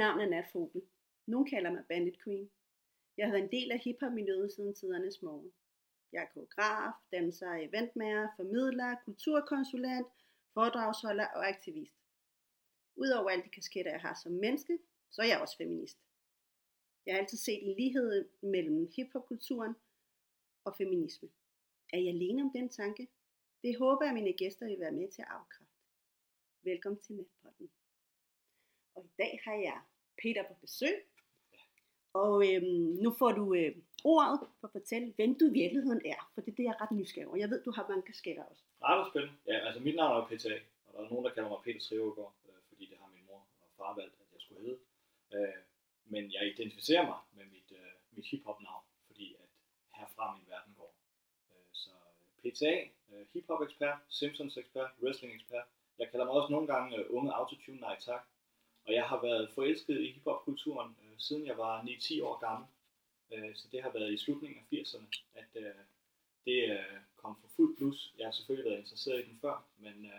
navn er Natfugl. Nogle kalder mig Bandit Queen. Jeg har været en del af hiphop-miljøet siden tidernes morgen. Jeg er koreograf, danser, eventmager, formidler, kulturkonsulent, foredragsholder og aktivist. Udover alle de kasketter, jeg har som menneske, så er jeg også feminist. Jeg har altid set en lighed mellem hiphop-kulturen og feminisme. Er jeg alene om den tanke? Det håber jeg, mine gæster vil være med til at afkræfte. Velkommen til Natpotten. Og i dag har jeg Peter på besøg. Og nu får du ordet for at fortælle, hvem du i virkeligheden er. For det er det, jeg er ret nysgerrig over. Jeg ved, du har mange kasketter også. Ret spændende. Ja, altså mit navn er jo PTA, og der er nogen, der kalder mig Peter Trivergaard, fordi det har min mor og far valgt, at jeg skulle hedde. Men jeg identificerer mig med mit hiphop-navn, fordi at herfra min verden går. Så PTA, hiphop-ekspert, Simpsons-ekspert, wrestling-ekspert. Jeg kalder mig også nogle gange unge autotune, nej tak. Og jeg har været forelsket i hiphop-kulturen siden jeg var 9-10 år gammel. Så det har været i slutningen af 80'erne, at det kom for fuld plus. Jeg har selvfølgelig været interesseret i den før, men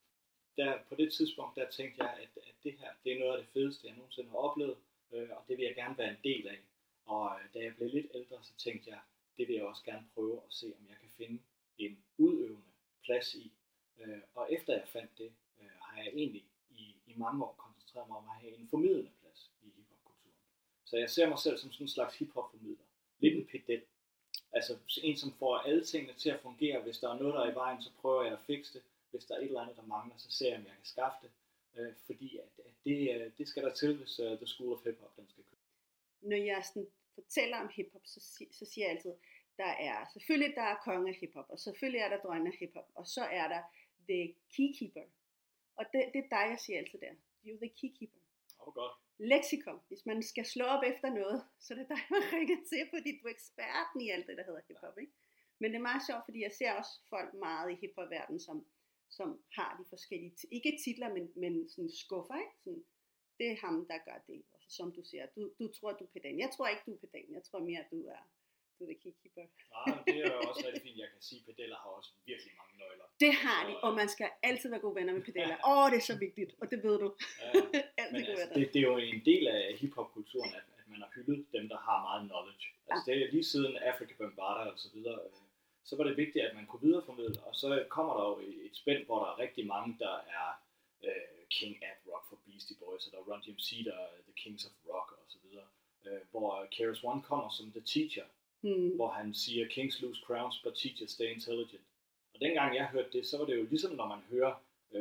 på det tidspunkt, der tænkte jeg, at det her, det er noget af det fedeste, jeg nogensinde har oplevet, og det vil jeg gerne være en del af. Og da jeg blev lidt ældre, så tænkte jeg, det vil jeg også gerne prøve at se, om jeg kan finde en udøvende plads i. Og efter jeg fandt det, har jeg egentlig i mange år koncentreret mig om at have en formidlende plads i hiphop-kulturen. Så jeg ser mig selv som sådan en slags hiphop-formidler. Lidt en pedel. Altså en, som får alle tingene til at fungere. Hvis der er noget, der er i vejen, så prøver jeg at fikse det. Hvis der er et eller andet, der mangler, så ser jeg, om jeg kan skaffe det. Fordi at det skal der til, hvis The School of Hip Hop den skal køre. Når jeg sådan fortæller om hiphop, så siger jeg altid, selvfølgelig der er konge af hiphop, og selvfølgelig er der dronning af hiphop, og så er der the keykeeper. Og det er dig, jeg siger altid der. You're the keykeeper. Godt. Lexikon. Hvis man skal slå op efter noget, så er det dig, man ringer til, fordi du er eksperten i alt det, der hedder hiphop, ikke? Men det er meget sjovt, fordi jeg ser også folk meget i hiphop-verdenen, som har de forskellige, ikke titler, men sådan skuffer, ikke? Sådan, det er ham, der gør det. Og så, som du siger, du tror, du er pedan. Jeg tror ikke, du er pedan. Jeg tror mere, at du er the keykeeper. Nej, det er jo også rigtig fint. Jeg kan sige, at pedeller har også virkelig mange nøgler. Det har de, og man skal altid være gode venner med pedeller. Det er så vigtigt, og det ved du. Men altså, det er jo en del af hiphop-kulturen, at man har hyldet dem, der har meget knowledge. Altså det er lige siden Afrika Bambaataa og så videre, så var det vigtigt, at man kunne videreformidle, og så kommer der jo et spænd, hvor der er rigtig mange, der er King Ad Rock for Beastie Boys, og der er Run DMC, der er The Kings of Rock og så videre, hvor KRS-One kommer som The Teacher, hvor han siger, Kings lose crowns, but teachers stay intelligent. Og dengang jeg hørte det, så var det jo ligesom, når man hører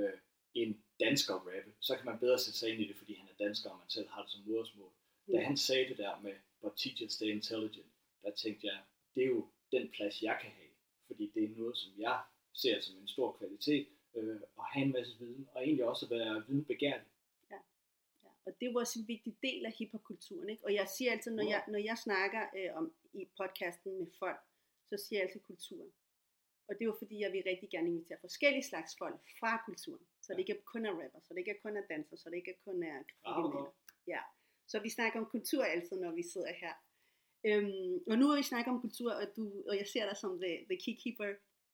en dansker rappe, så kan man bedre sætte sig ind i det, fordi han er dansker, og man selv har det som modersmål. Da han sagde det der med, but teachers stay intelligent, der tænkte jeg, det er jo den plads, jeg kan have. Fordi det er noget, som jeg ser som en stor kvalitet, at have en masse viden, og egentlig også at være videnbegærlig. Ja, og det er jo også en vigtig del af hiphop-kulturen, ikke? Og jeg siger altid, når jeg snakker om i podcasten med folk, så siger jeg altid kulturen. Og det er jo fordi, jeg vil rigtig gerne invitere forskellige slags folk fra kulturen. Så det ikke kun er rapper, så det ikke kun er danser, så det ikke kun er graffiti-maler. Ja. Så vi snakker om kultur altid, når vi sidder her. Og nu har vi snakket om kultur, og jeg ser dig som the keykeeper.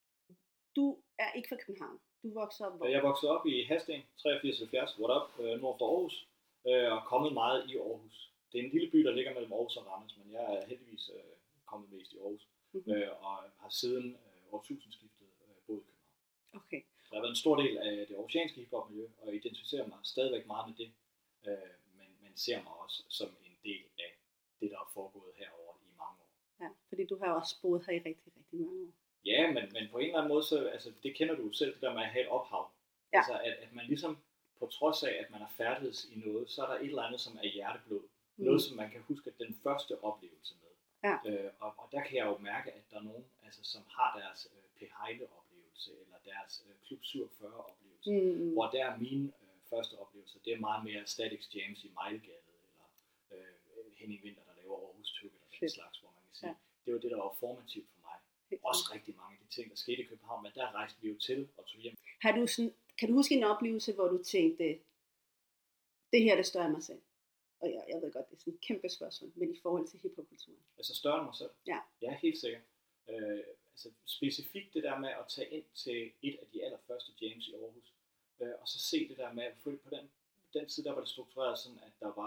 Du er ikke fra København. Du voksede op hvor? Jeg voksede op i Hadsten, 8370, nord for Aarhus, og kommet meget i Aarhus. Det er en lille by, der ligger mellem Aarhus og Randers, men jeg er heldigvis kommet mest i Aarhus, og har siden årtusindskiftet boet i København. Okay. Så jeg har været en stor del af det aarhusianske hiphop-miljø, og identificerer mig stadigvæk meget med det, men ser mig også som en del af det, der er foregået herovre i mange år. Ja, fordi du har også boet her i rigtig, rigtig mange år. Ja, men på en eller anden måde, så, altså, det kender du selv, det der med at have et ophav. Ja. Altså, at man ligesom, på trods af, at man har færdigheds i noget, så er der et eller andet, som er hjerteblod. Noget, som man kan huske den første oplevelse med. Ja. Og der kan jeg jo mærke, at der er nogen, altså, som har deres P-Heile-oplevelse, eller deres Klub 47-oplevelse, hvor der er mine første oplevelser, det er meget mere Statics James i Mejlgade, eller Henning Winter, der laver Aarhus Tøkke, eller den slags, hvor man kan sige, det var det, der var formativt for mig. Også rigtig mange af de ting, der skete i København, men der rejste vi jo til og tog hjem. Kan du huske en oplevelse, hvor du tænkte, det her, det større mig selv? Og jeg ved godt, det er sådan et kæmpe spørgsmål, men i forhold til hiphop-kulturen. Altså større end mig selv? Ja. Ja, helt sikkert. Altså specifikt det der med at tage ind til et af de allerførste jams i Aarhus, og så se det der med, at på den tid, der var det struktureret sådan, at der var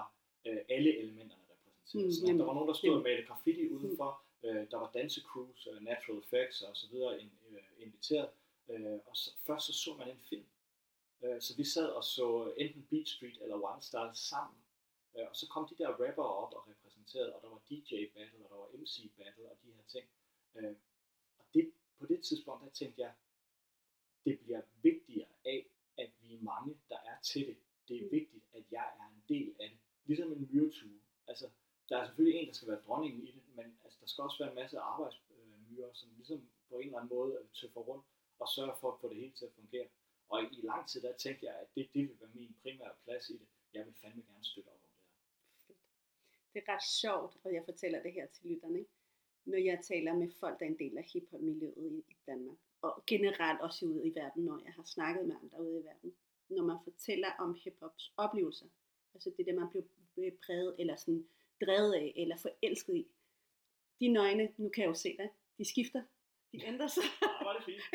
alle elementerne repræsenteret. Så der var nogen, der stod og malte graffiti udenfor, der var dansecrews, natural effects og så videre inviteret, og først så man en film. Så vi sad og så enten Beat Street eller Wild Style sammen, og så kom de der rappere op og repræsenterede, og der var DJ battle, og der var MC battle og de her ting. Og på det tidspunkt, der tænkte jeg, det bliver vigtigere af, at vi er mange, der er til det. Det er vigtigt, at jeg er en del af det. Ligesom en myretue. Altså, der er selvfølgelig en, der skal være dronningen i det, men altså, der skal også være en masse arbejdsmyrer, som ligesom på en eller anden måde tøffer rundt og sørger for at få det hele til at fungere. Og i lang tid, der tænkte jeg, at det vil være min primære plads i det. Jeg vil fandme gerne støtte op om det her. Det er ret sjovt, og jeg fortæller det her til lytterne, ikke? Når jeg taler med folk, der er en del af hiphop-miljøet i Danmark, og generelt også ude i verden, når jeg har snakket med andre ude i verden, når man fortæller om hiphops oplevelser, altså det der, man bliver præget, eller sådan drevet af, eller forelsket i, de øjne, nu kan jeg jo se det, de skifter, de ændrer sig. Ja, var det fint.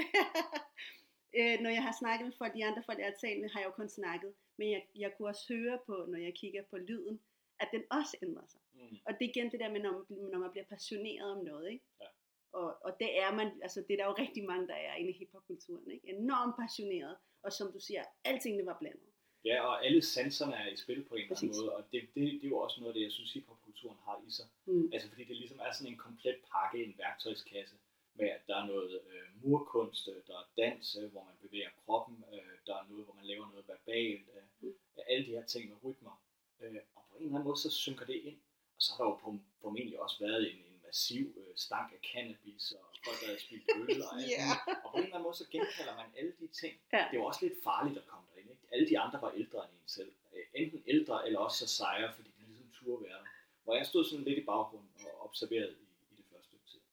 Når jeg har snakket med folk, de andre folk, jeg har talt med, har jeg jo kun snakket, men jeg kunne også høre på, når jeg kigger på lyden, at den også ændrer sig. Og det er igen det der med, når man bliver passioneret om noget, ikke? Ja. Og det er man, altså det er der jo rigtig mange, der er inde i hiphop-kulturen, ikke? Enormt passioneret, og som du siger, alting var blandet. Ja, og alle sanserne er i spil på en eller anden måde, og det er jo også noget af det, jeg synes, hiphop-kulturen har i sig. Altså fordi det ligesom er sådan en komplet pakke, en værktøjskasse, med at der er noget murkunst, der er dans, hvor man bevæger kroppen, der er noget, hvor man laver noget verbalt, alle de her ting med rytmer. Og på en eller anden måde, så synker det ind. Og så har der jo formentlig også været en massiv stank af cannabis, og folk, der havde spildt øl og alt yeah. Og på en eller anden måde, så genkalder man alle de ting. Ja. Det er jo også lidt farligt at komme derind, ikke? Alle de andre var ældre end en selv. Enten ældre, eller også så sejre, fordi de ligesom turde være. Hvor jeg stod sådan lidt i baggrunden og observerede i det første stykke tid.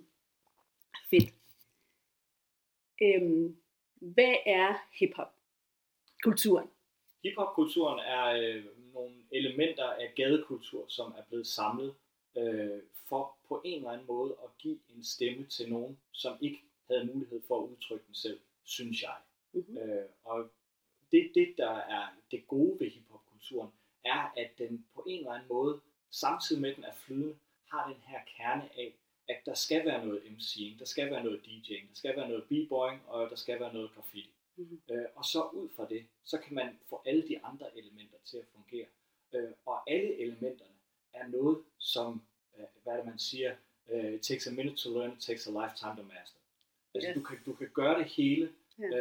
Fedt. Hvad er hiphop-kulturen? Hiphop-kulturen er nogle elementer af gadekultur, som er blevet samlet for på en eller anden måde at give en stemme til nogen, som ikke havde mulighed for at udtrykke den selv, synes jeg. Og det, der er det gode ved hiphop-kulturen, er, at den på en eller anden måde, samtidig med at den er flydende, har den her kerne af, at der skal være noget MC'ing, der skal være noget DJ'ing, der skal være noget b-boying, og der skal være noget graffiti. Og så ud fra det, så kan man få alle de andre elementer til at fungere. Og alle elementerne er noget, som, hvad det man siger, it takes a minute to learn, it takes a lifetime to master. Altså yes. du kan gøre det hele,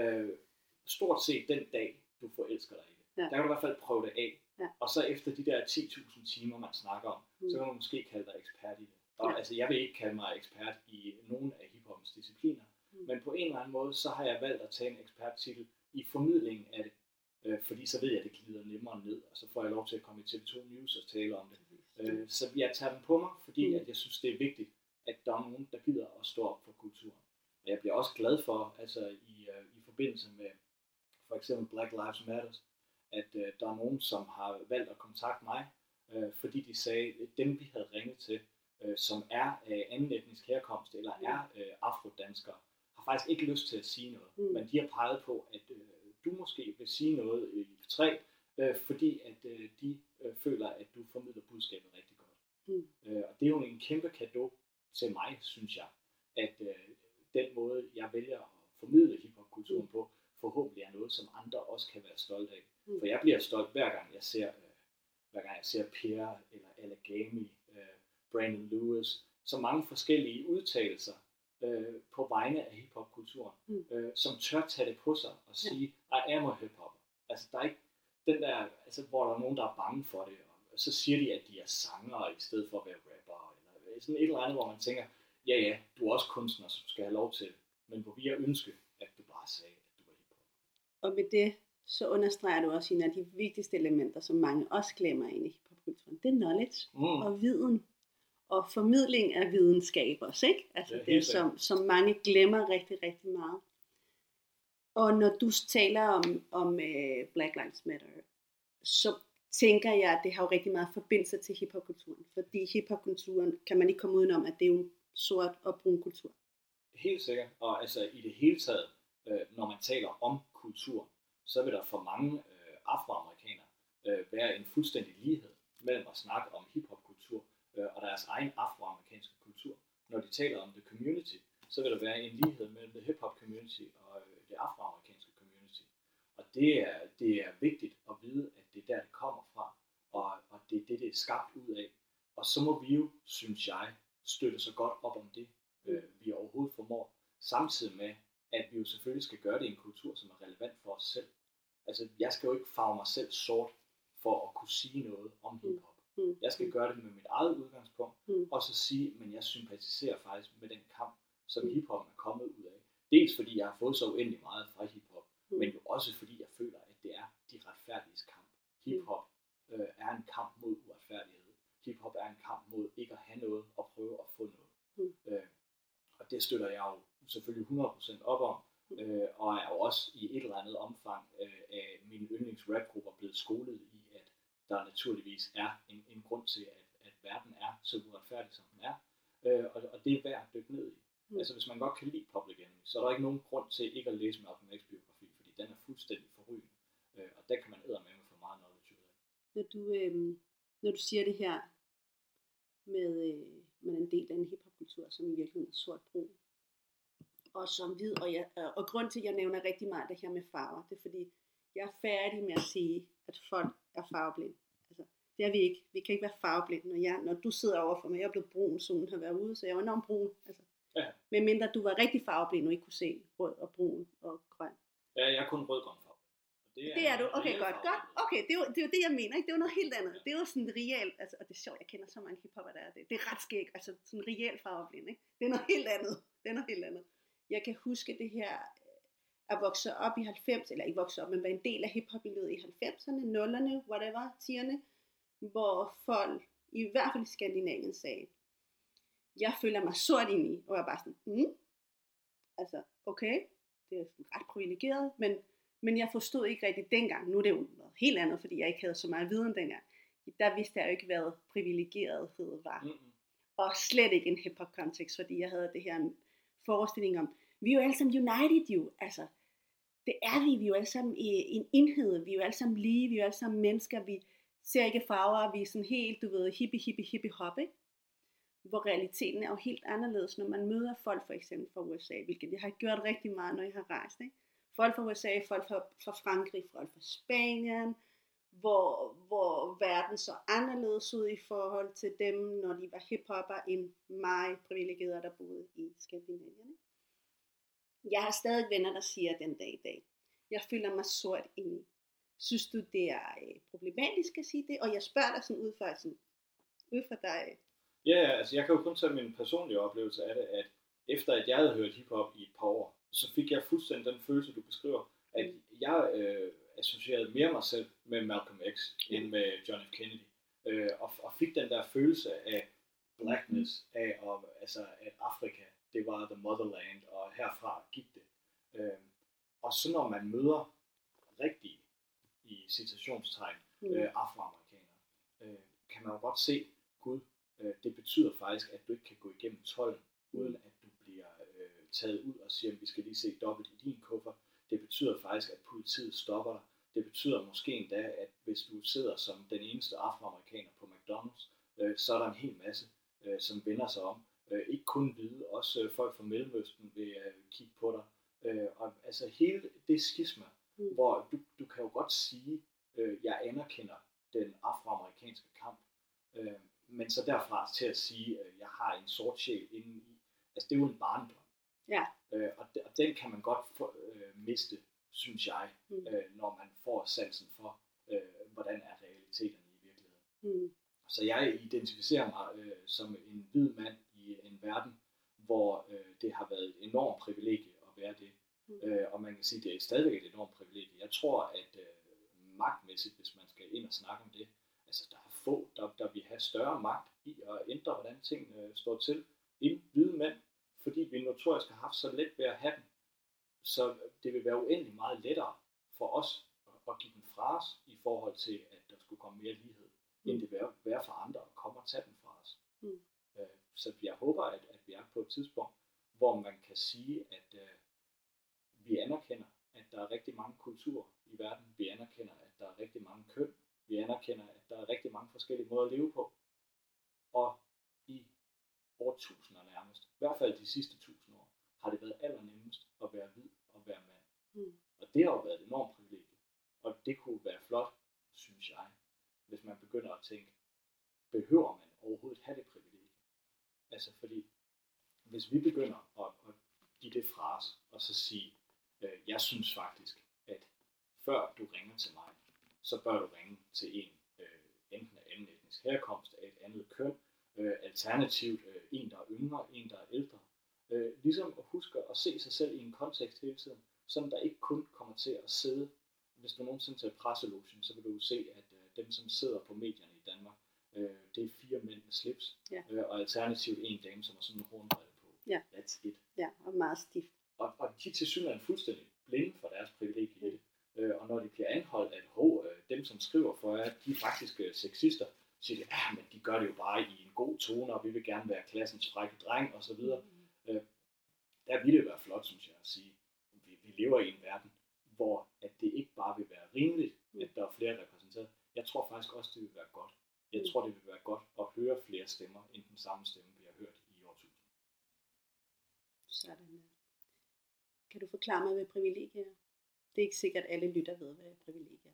stort set den dag, du forelsker dig i det. Der kan du i hvert fald prøve det af. Og så efter de der 10.000 timer, man snakker om, så kan du måske kalde dig ekspert i det. Og altså, jeg vil ikke kalde mig ekspert i nogen af hiphopens discipliner, men på en eller anden måde, så har jeg valgt at tage en eksperttitel i formidlingen af det, fordi så ved jeg, at det glider nemmere ned, og så får jeg lov til at komme i TV2 News og tale om det. Så jeg tager den på mig, fordi at jeg synes, det er vigtigt, at der er nogen, der gider at stå op for kulturen. Og jeg bliver også glad for, altså i forbindelse med for eksempel Black Lives Matter, at der er nogen, som har valgt at kontakte mig, fordi de sagde, at dem vi havde ringet til, som er anden etnisk herkomst eller er afrodanskere, har faktisk ikke lyst til at sige noget. Men de har peget på, at du måske vil sige noget i P3, fordi at de føler, at du formidler budskabet rigtig godt. Og det er jo en kæmpe cadeau til mig, synes jeg, at den måde, jeg vælger at formidle hiphop-kulturen på, forhåbentlig er noget, som andre også kan være stolte af. For jeg bliver stolt hver gang jeg ser Per eller Alagami, Brandon Lewis, så mange forskellige udtalelser på vegne af hiphop-kulturen, som tør tage det på sig og sige, I am a hip-hopper. Altså der er ikke den der, altså, hvor der er nogen, der er bange for det, og så siger de, at de er sangere i stedet for at være rapper, eller sådan et eller andet, hvor man tænker, ja, du er også kunstner, så du skal have lov til det, men hvor vi har ønsket, at du bare sagde, at du var hiphop. Og med det, så understreger du også en af de vigtigste elementer, som mange også glemmer ind i hiphop-kulturen, det er knowledge og viden. Og formidling af videnskab også, ikke? Altså det som mange glemmer rigtig, rigtig meget. Og når du taler om Black Lives Matter, så tænker jeg, at det har jo rigtig meget forbindelse til hiphop-kulturen. Fordi hiphop-kulturen kan man ikke komme udenom, at det er jo en sort og brun kultur. Helt sikkert. Og altså i det hele taget, når man taler om kultur, så vil der for mange afroamerikanere være en fuldstændig lighed. mellem at snakke om hiphop-kultur og deres egen afroamerikanske kultur. Når de taler om the community, så vil der være en lighed mellem det hip-hop community og det afroamerikanske community. Og det er vigtigt at vide, at det er der, det kommer fra, og det er det er skabt ud af. Og så må vi jo, synes jeg, støtte så godt op om det, vi overhovedet formår, samtidig med, at vi jo selvfølgelig skal gøre det i en kultur, som er relevant for os selv. Altså, jeg skal jo ikke farve mig selv sort for at kunne sige noget om hiphop. Jeg skal gøre det med mit eget udgangspunkt, og så sige, men jeg sympatiserer faktisk med den kamp, som hiphop er kommet ud af. Dels fordi jeg har fået så uendelig meget fra hiphop, men jo også fordi jeg føler, at det er de retfærdiges kamp. Hiphop er en kamp mod uretfærdighed. Hiphop er en kamp mod ikke at have noget og prøve at få noget. Og det støtter jeg jo selvfølgelig 100% op om, og er jo også i et eller andet omfang af mine yndlingsrapgrupper blevet skolet i, at der naturligvis er en grund til, at verden er så uretfærdig, som den er, og det er værd at dykke ned i. Altså hvis man godt kan lide Public Enemy, så er der ikke nogen grund til ikke at læse Malcolm X biografi, fordi den er fuldstændig forrygende, og der kan man eddermame få meget knowledge ud af. Når du siger det her med en del af en hiphopkultur, som i virkeligheden er sort-brun, og som hvid, og grund til, at jeg nævner rigtig meget det her med farver, det er fordi, jeg er færdig med at sige, at folk er farveblinde. Altså, det er vi ikke. Vi kan ikke være farveblinde. Når du sidder overfor mig, jeg er blevet brun, solen har været ude, så jeg var enormt brun. Altså, ja. Men mindre du var rigtig farveblind, og ikke kunne se rød og brun og grøn. Ja, jeg er kun rød-grøn farve. Det er du. Okay, godt. Okay, det er jo det, jeg mener. Ikke? Det er jo noget helt andet. Det er jo sådan reelt, altså, og det er sjovt, jeg kender så mange hiphopper, der er det. Det er ret skægt, altså sådan reelt farveblind. Ikke? Det er noget helt andet. Jeg kan huske det her, at vokse op i 90'erne, eller ikke vokse op, men være en del af hiphop-miljøet i 90'erne, 0'erne, whatever, 10'erne, hvor folk, i hvert fald i Skandinavien, sagde, jeg føler mig sort ind i, og jeg bare sådan, altså, okay, det er sådan ret privilegeret, men jeg forstod ikke rigtig dengang, nu er det jo noget helt andet, fordi jeg ikke havde så meget viden dengang, der vidste jeg jo ikke, hvad privilegerethed var, og slet ikke en hiphop-kontekst, fordi jeg havde det her forestilling om, vi er jo alle sammen united jo, altså, det er vi er jo alle sammen en enhed, vi er jo alle sammen lige, vi er jo alle sammen mennesker, vi ser ikke farver, vi er sådan helt, du ved, hippie hop, ikke? Hvor realiteten er jo helt anderledes, når man møder folk for eksempel fra USA, hvilket jeg har gjort rigtig meget, når jeg har rejst, ikke? Folk fra USA, folk fra Frankrig, folk fra Spanien, hvor verden så anderledes ud i forhold til dem, når de var hiphopper, end mig, privilegerede, der boede i Skandinavien. Jeg har stadig venner, der siger den dag i dag, jeg føler mig sort indeni. Synes du, det er problematisk at sige det? Og jeg spørger dig sådan ud fra dig. Ja, altså jeg kan jo kun tage min personlige oplevelse af det, at efter at jeg havde hørt hiphop i et par år, så fik jeg fuldstændig den følelse, du beskriver, at jeg associerede mere mig selv med Malcolm X, end med John F. Kennedy. Og fik den der følelse af blackness, af at Afrika, det var the motherland, og herfra gik det. Og så når man møder rigtige, i citationstegn, afroamerikanere, kan man jo godt se, Gud, det betyder faktisk, at du ikke kan gå igennem tolden, uden at du bliver taget ud og siger, at vi skal lige se dobbelt i din kuffert. Det betyder faktisk, at politiet stopper dig. Det betyder måske endda, at hvis du sidder som den eneste afroamerikaner på McDonald's, så er der en hel masse, som vender sig om. Ikke kun hvide, også folk fra Mellemøsten vil kigge på dig. Og altså hele det skisma, hvor du kan jo godt sige, jeg anerkender den afroamerikanske kamp, men så derfra til at sige, jeg har en sort sjæl indeni, altså det er jo en barndom. Ja. Og den kan man godt miste, synes jeg, når man får sansen for, hvordan er realiteterne i virkeligheden. Så jeg identificerer mig som en hvid mand i en verden, hvor det har været et enormt privilegie at være det. Og man kan sige, at det er stadigvæk et enormt privilegie. Jeg tror, at magtmæssigt, hvis man skal ind og snakke om det, altså der er få, der vil have større magt i at ændre, hvordan tingene står til, end hvide mænd, fordi vi notorisk har haft så let ved at have den. Så det vil være uendelig meget lettere for os at give den fra os, i forhold til, at der skulle komme mere lighed, end det vil være for andre at komme og tage den fra os. Så jeg håber, at vi er på et tidspunkt, hvor man kan sige, at vi anerkender, at der er rigtig mange kulturer i verden. Vi anerkender, at der er rigtig mange køn. Vi anerkender, at der er rigtig mange forskellige måder at leve på. Og i årtusinder nærmest, i hvert fald de sidste 1000 år, har det været allernemmest at være hvid og være mand. Og det har jo været et enormt privilegie. Og det kunne være flot, synes jeg, hvis man begynder at tænke, behøver man overhovedet have det privilegie? Altså fordi, hvis vi begynder at give det fra os, og så sige, jeg synes faktisk, at før du ringer til mig, så bør du ringe til en, enten af anden etnisk herkomst, af et andet køn, alternativt en, der er yngre, en, der er ældre. Ligesom at huske at se sig selv i en kontekst hele tiden, sådan der ikke kun kommer til at sidde. Hvis du nogensinde tager presselogen, så vil du se, at dem, som sidder på medierne i Danmark, det er 4 mænd med slips, og alternativt en dame, som har sådan en hornbrille på. Ja. That's it. Ja, og meget stift. Og de til synligheden er fuldstændig blinde for deres privilegie i det. Og når de bliver anholdt, at dem, som skriver for jer, de er faktisk sexister, siger de, men de gør det jo bare i en god tone, og vi vil gerne være klassens frække dreng, og så videre. Der vil det være flot, synes jeg, at sige, vi lever i en verden, hvor at det ikke bare vil være rimeligt, at der er flere repræsenteret. Jeg tror faktisk også, det vil være godt. Jeg tror, det vil være godt at høre flere stemmer, end den samme stemme, vi har hørt i årtusinder. Sådan. Kan du forklare mig, hvad privilegier er? Det er ikke sikkert, at alle lytter ved, hvad privilegier er.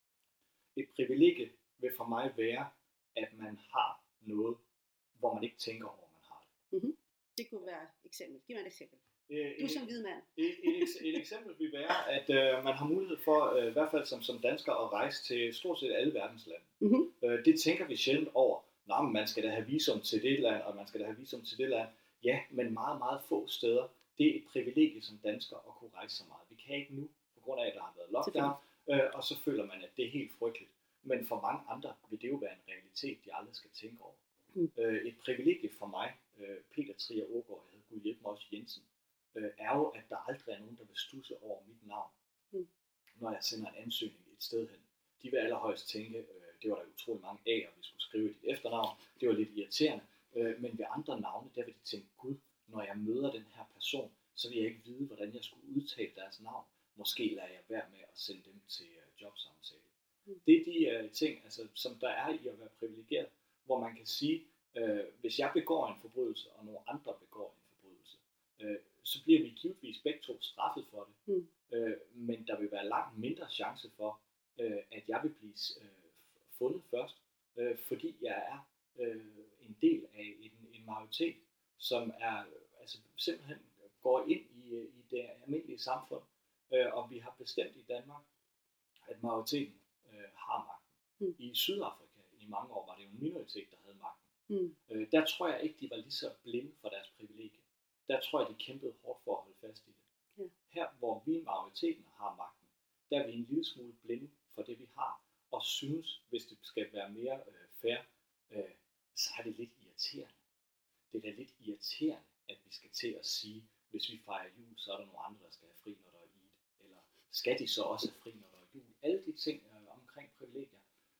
Et privilegie vil for mig være, at man har noget, hvor man ikke tænker over, man har det. Det kunne være et eksempel. Giv mig et eksempel. Du som hvid mand. Et eksempel vil være, at man har mulighed for, i hvert fald som dansker, at rejse til stort set alle verdens lande. Det tænker vi sjældent over. Nå, men man skal da have visum til det land, og man skal da have visum til det land. Ja, men meget, meget få steder. Det er et privilegie som dansker at kunne rejse så meget. Vi kan ikke nu, på grund af, at der har været lockdown, og så føler man, at det er helt frygteligt. Men for mange andre vil det jo være en realitet, de aldrig skal tænke over. Et privilegie for mig, Peter Trier Aagaard, jeg hedder Gud hjælp mig også Jensen, er jo, at der aldrig er nogen, der vil studse over mit navn, når jeg sender en ansøgning et sted hen. De vil allerhøjst tænke, det var der utrolig mange af, og vi skulle skrive dit efternavn. Det var lidt irriterende. Men ved andre navne, der vil de tænke, Gud, når jeg møder den her person, så vil jeg ikke vide, hvordan jeg skulle udtale deres navn. Måske lader jeg være med at sende dem til jobsamtale. Det er de ting, altså, som der er i at være privilegeret, hvor man kan sige, hvis jeg begår en forbrydelse, og nogle andre begår en forbrydelse, så bliver vi givetvis begge to straffet for det. Men der vil være langt mindre chance for, at jeg vil blive fundet først, fordi jeg er en del af en majoritet, som er altså simpelthen går ind i det almindelige samfund, og vi har bestemt i Danmark, at majoriteten har magten. I Sydafrika i mange år var det jo en minoritet, der havde magten. Der tror jeg ikke, de var lige så blinde for deres privilegie. Der tror jeg, de kæmpede hårdt for at holde fast i det. Her, hvor vi majoriteten har magten, der er vi en lille smule blinde for det, vi har, og synes, hvis det skal være mere fair, så er det lidt irriterende. Det er da lidt irriterende, at vi skal til at sige, hvis vi fejrer jul, så er der nogle andre, der skal have fri, når der er Eid. Eller skal de så også have fri, når der er jul? Alle de ting omkring privilegier,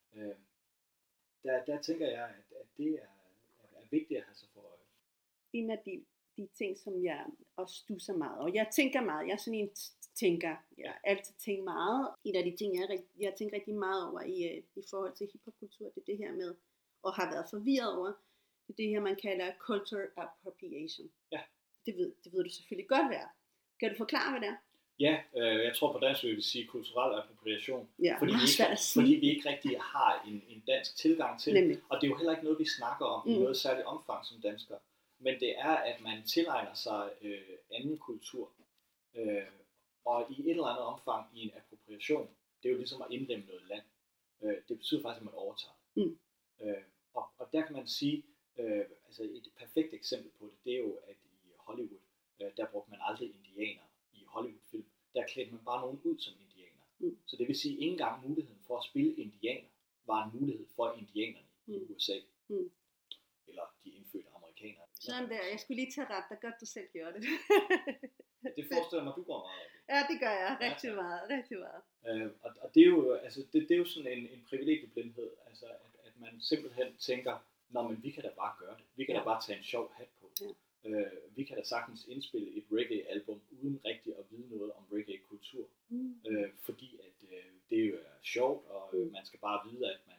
der tænker jeg, at det er vigtigt at have sig for øje. En af de ting, som jeg også stusser meget, og jeg tænker meget, jeg er sådan en tænker, jeg altid tænker meget. En af de ting, jeg tænker rigtig meget over i forhold til hiphopkultur, det er det her med, og har været forvirret over, det her, man kalder culture appropriation. Ja. Det ved du selvfølgelig godt, hvad er. Kan du forklare, hvad det er? Ja, jeg tror på dansk vil sige kulturel appropriation, Ja, fordi vi ikke rigtig har en dansk tilgang til det. Nemlig. Og det er jo heller ikke noget, vi snakker om i noget særligt omfang som danskere. Men det er, at man tilegner sig anden kultur, og i et eller andet omfang i en appropriation. Det er jo ligesom at indlemme noget land. Det betyder faktisk, at man overtager det. Og der kan man sige, altså et perfekt eksempel på det, det er jo, at i Hollywood, der brugte man aldrig indianer i Hollywood-film. Der klædte man bare nogen ud som indianer. Så det vil sige, at ikke engang muligheden for at spille indianer var en mulighed for indianerne i USA. Eller de indfødte amerikanere. Sådan der, jeg skulle lige tage ret, der godt du selv gjorde det. Det forestiller mig, du går meget af det. Ja, det gør jeg rigtig meget. Og det er jo, altså, det er jo sådan en privilegieblindhed, altså at man simpelthen tænker, nå, men vi kan da bare gøre det. Vi kan da bare tage en sjov hat på. Vi kan da sagtens indspille et reggae-album, uden rigtig at vide noget om reggae-kultur. Fordi at det jo er sjovt, og man skal bare vide, at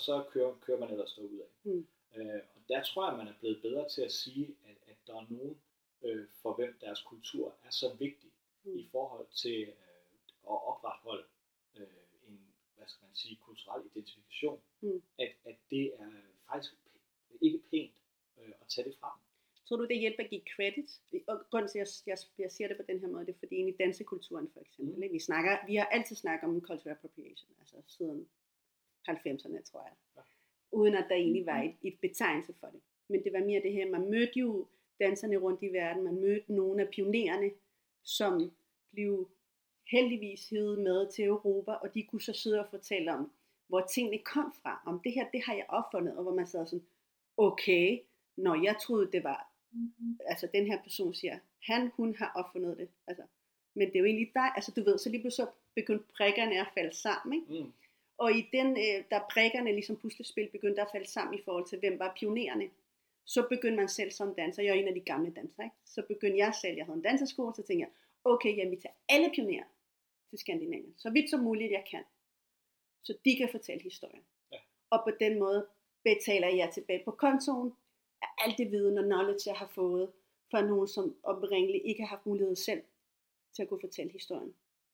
så kører man ellers derudad. Og der tror jeg, man er blevet bedre til at sige, at der er nogen, for hvem deres kultur er så vigtig i forhold til at opretholde en, hvad skal man sige, kulturel identifikation, at det er faktisk ikke pænt at tage det fra dem. Tror du, det hjælper at give credit? Og grunden til, at jeg siger det på den her måde, det er fordi i dansekulturen for eksempel. Vi har altid snakket om cultural appropriation, altså siden 90'erne, tror jeg. Ja. Uden at der egentlig var et betegnelse for det. Men det var mere det her, man mødte jo danserne rundt i verden, man mødte nogle af pionererne, som blev heldigvis hævet med til Europa, og de kunne så sidde og fortælle om, hvor tingene kom fra. Om det her, det har jeg opfundet, og hvor man sad sådan, okay, når jeg troede, det var, altså den her person siger, hun har opfundet det. Altså, men det er jo egentlig dig, altså du ved, så lige pludselig begyndte prikkerne at falde sammen, ikke? Og i den, da prikkerne ligesom puslespil begyndte at falde sammen i forhold til, hvem var pionererne, så begyndte man selv som danser, jeg er en af de gamle dansere, ikke? Så begyndte jeg selv, jeg havde en danseskole, så tænkte jeg, okay, jeg vil tage alle pionerer til Skandinavien, så vidt som muligt jeg kan, så de kan fortælle historien. Ja. Og på den måde betaler jeg tilbage på kontoen af alt det viden og knowledge, jeg har fået fra nogen, som oprindeligt ikke har haft mulighed selv til at kunne fortælle historien.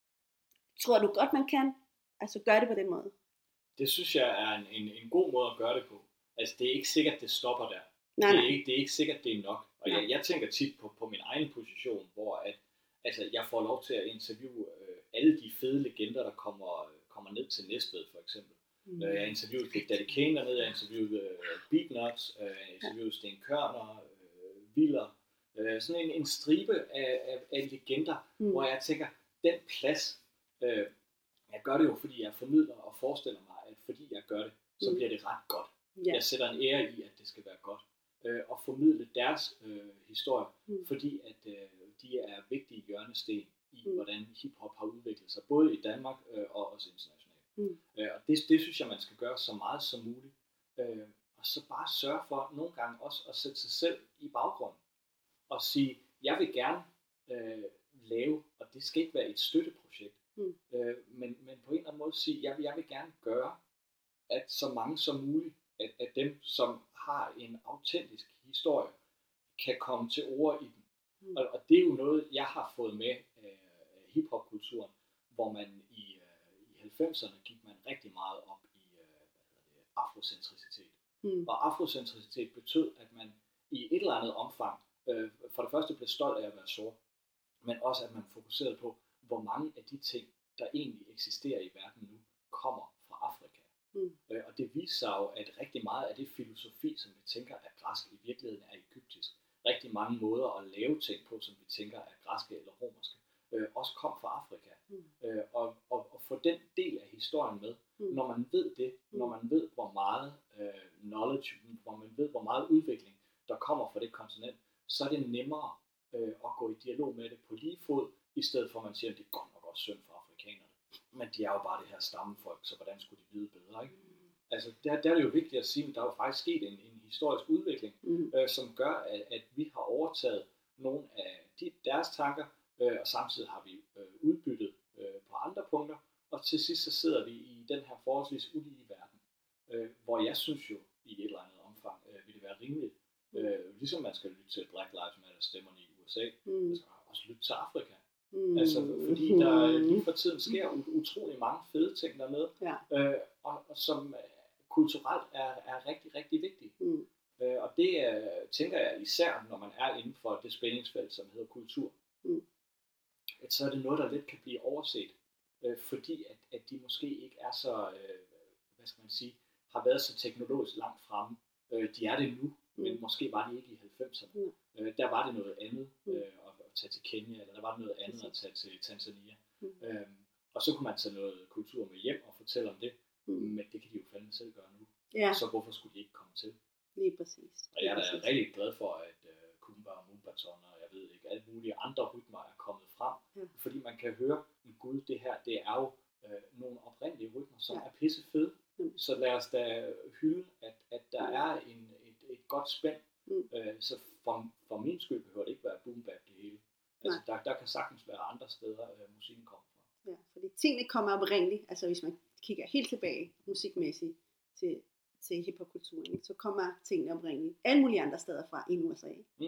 Tror du godt, man kan? Altså gør det på den måde. Det synes jeg er en god måde at gøre det på. Altså det er ikke sikkert, det stopper der. Nej. Det er ikke sikkert, det er nok. Og jeg tænker tit på min egen position, hvor altså, jeg får lov til at interviewe alle de fede legender, der kommer ned til Næstved for eksempel. Jeg interviewede Big Daddy Kane dernede, jeg interviewede Beatnuts, jeg interviewede Sten Kørner, Willer. Sådan en stribe af legender, hvor jeg tænker, den plads, jeg gør det jo, fordi jeg formidler og forestiller mig, at fordi jeg gør det, så bliver det ret godt. Jeg sætter en ære i, at det skal være godt. Og formidle deres historie, fordi at de er vigtige hjørnesten i, hvordan hiphop har udviklet sig, både i Danmark og også internationalt. Og det synes jeg, man skal gøre så meget som muligt. Og så bare sørge for nogle gange også at sætte sig selv i baggrunden. Og sige, jeg vil gerne lave, og det skal ikke være et støtteprojekt, men på en eller anden måde sige, jeg vil gerne gøre, at så mange som muligt af dem, som har en autentisk historie, kan komme til ord i den. Og det er jo noget, jeg har fået med hiphop-kulturen, hvor man i 90'erne gik man rigtig meget op i afrocentricitet. Og afrocentricitet betød, at man i et eller andet omfang, for det første blev stolt af at være sort, men også at man fokuserede på, hvor mange af de ting, der egentlig eksisterer i verden nu, kommer fra Afrika. Og det viser sig jo, at rigtig meget af det filosofi, som vi tænker er græsk, i virkeligheden er egyptisk. Rigtig mange måder at lave ting på, som vi tænker er græske eller romerske, også kom fra Afrika. Og få den del af historien med, når man ved det, når man ved, hvor meget knowledge, hvor man ved, hvor meget udvikling, der kommer fra det kontinent, så er det nemmere at gå i dialog med det på lige fod, i stedet for at man siger, at det er godt nok også synd for afrikanerne. Men de er jo bare det her stammefolk, så hvordan skulle de vide bedre, ikke? Altså, der er det jo vigtigt at sige, at der er jo faktisk sket en historisk udvikling, som gør, at vi har overtaget nogle af deres tanker, og samtidig har vi udbyttet på andre punkter, og til sidst så sidder vi i den her forholdsvis ulige verden, hvor jeg synes jo, i et eller andet omfang, vil det være rimeligt, ligesom man skal lytte til Black Lives Matter stemmerne i USA, man skal også lytte til Afrika. Altså, fordi der lige for tiden sker utrolig mange fede ting dernede, og som kulturelt er rigtig, rigtig vigtige. Og det tænker jeg især, når man er inden for det spændingsfelt, som hedder kultur, at så er det noget, der lidt kan blive overset, fordi at de måske ikke er så, hvad skal man sige, har været så teknologisk langt fremme. De er det nu, men måske var de ikke i 90'erne. Der var det noget andet at tage til Kenya, eller der var det noget andet at tage til Tanzania. Og så kunne man tage noget kultur med hjem og fortælle om det, men det kan de jo fandme selv gøre nu. Så hvorfor skulle de ikke komme til? Lige præcis. Og jeg er da rigtig glad for, at Kumba og Mumbaton og jeg ved ikke, alle mulige andre rytmer er kommet frem, fordi man kan høre, gud, det her, det er jo nogle oprindelige rytmer, som er pisse fede. Så lad os da hylde, at der er et godt spænd. Så for min skyld behøver det ikke være boom bap det hele. Altså, der kan sagtens være andre steder, musikken kommer fra. Ja, fordi tingene kommer oprindeligt, altså hvis man kigger helt tilbage musikmæssigt til til hiphopkulturen, så kommer tingene oprindeligt alle mulige andre steder fra end USA.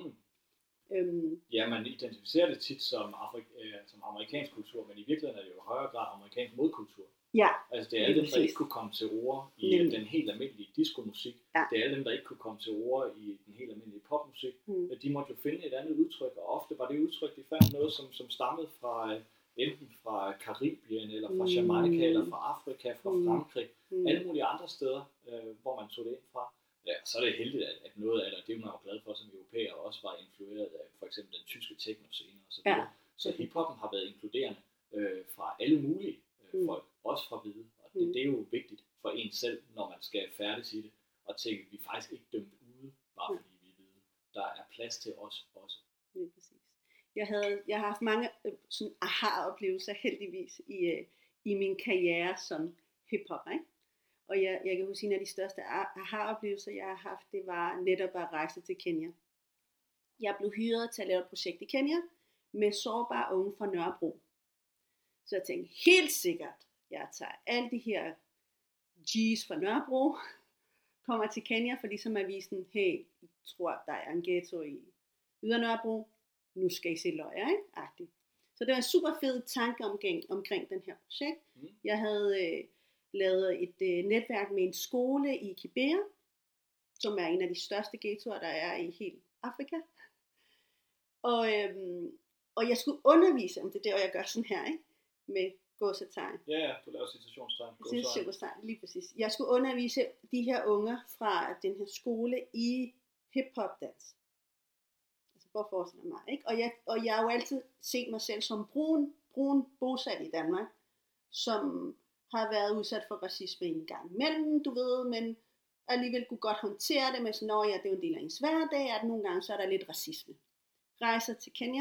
Ja, man identificerer det tit som amerikansk kultur, men i virkeligheden er det jo i højere grad amerikansk modkultur. Ja. Altså det er alle dem, der ikke kunne komme til ord i den helt almindelige diskomusik. Ja. Det er alle dem, der ikke kunne komme til ord i den helt almindelige popmusik. De måtte jo finde et andet udtryk, og ofte var det udtryk, de fandt noget, som stammede fra enten fra Karibien, eller fra Jamaica, eller fra Afrika, fra Frankrig, alle mulige andre steder, hvor man tog det ind fra. Ja, så er det heldigt, at noget af det er man jo glad for som europæer, også var influeret af for eksempel den tyske techno-scene og så videre. Ja. Så hiphoppen har været inkluderende fra alle mulige folk, også fra hvide. Og det er jo vigtigt for en selv, når man skal færdes i det, og tænke, at vi er faktisk ikke dømt ude, bare fordi vi er hvide. Der er plads til os også. Lige præcis. Jeg har haft mange sådan aha-oplevelser heldigvis i min karriere som hiphopper, ikke? Og jeg kan huske, en af de største aha-oplevelser, jeg har haft, det var netop at rejse til Kenya. Jeg blev hyret til at lave et projekt i Kenya med sårbare unge fra Nørrebro. Så jeg tænkte helt sikkert, jeg tager alle de her G's fra Nørrebro, kommer til Kenya for ligesom at vise den, hey, jeg tror, der er en ghetto i Ydre Nørrebro, nu skal I se løjer, ikke? Agtigt. Så det var en super fed tanke omkring den her projekt. Jeg havde lavet et netværk med en skole i Kibera, som er en af de største ghettoer, der er i hele Afrika. Og jeg skulle undervise om det, og jeg gør sådan her, ikke? Med gåsetegn. Ja, du laver citationstegn. Citationstegn, lige præcis. Jeg skulle undervise de her unger fra den her skole i hip-hop-dans. Altså, hvor forestiller mig, ikke? Og jeg har jo altid set mig selv som brun bosat i Danmark, som har været udsat for racisme en gang imellem, du ved, men alligevel kunne godt håndtere det med sådan, det er jo en del af ens hverdag, at nogle gange så er der lidt racisme. Rejser til Kenya,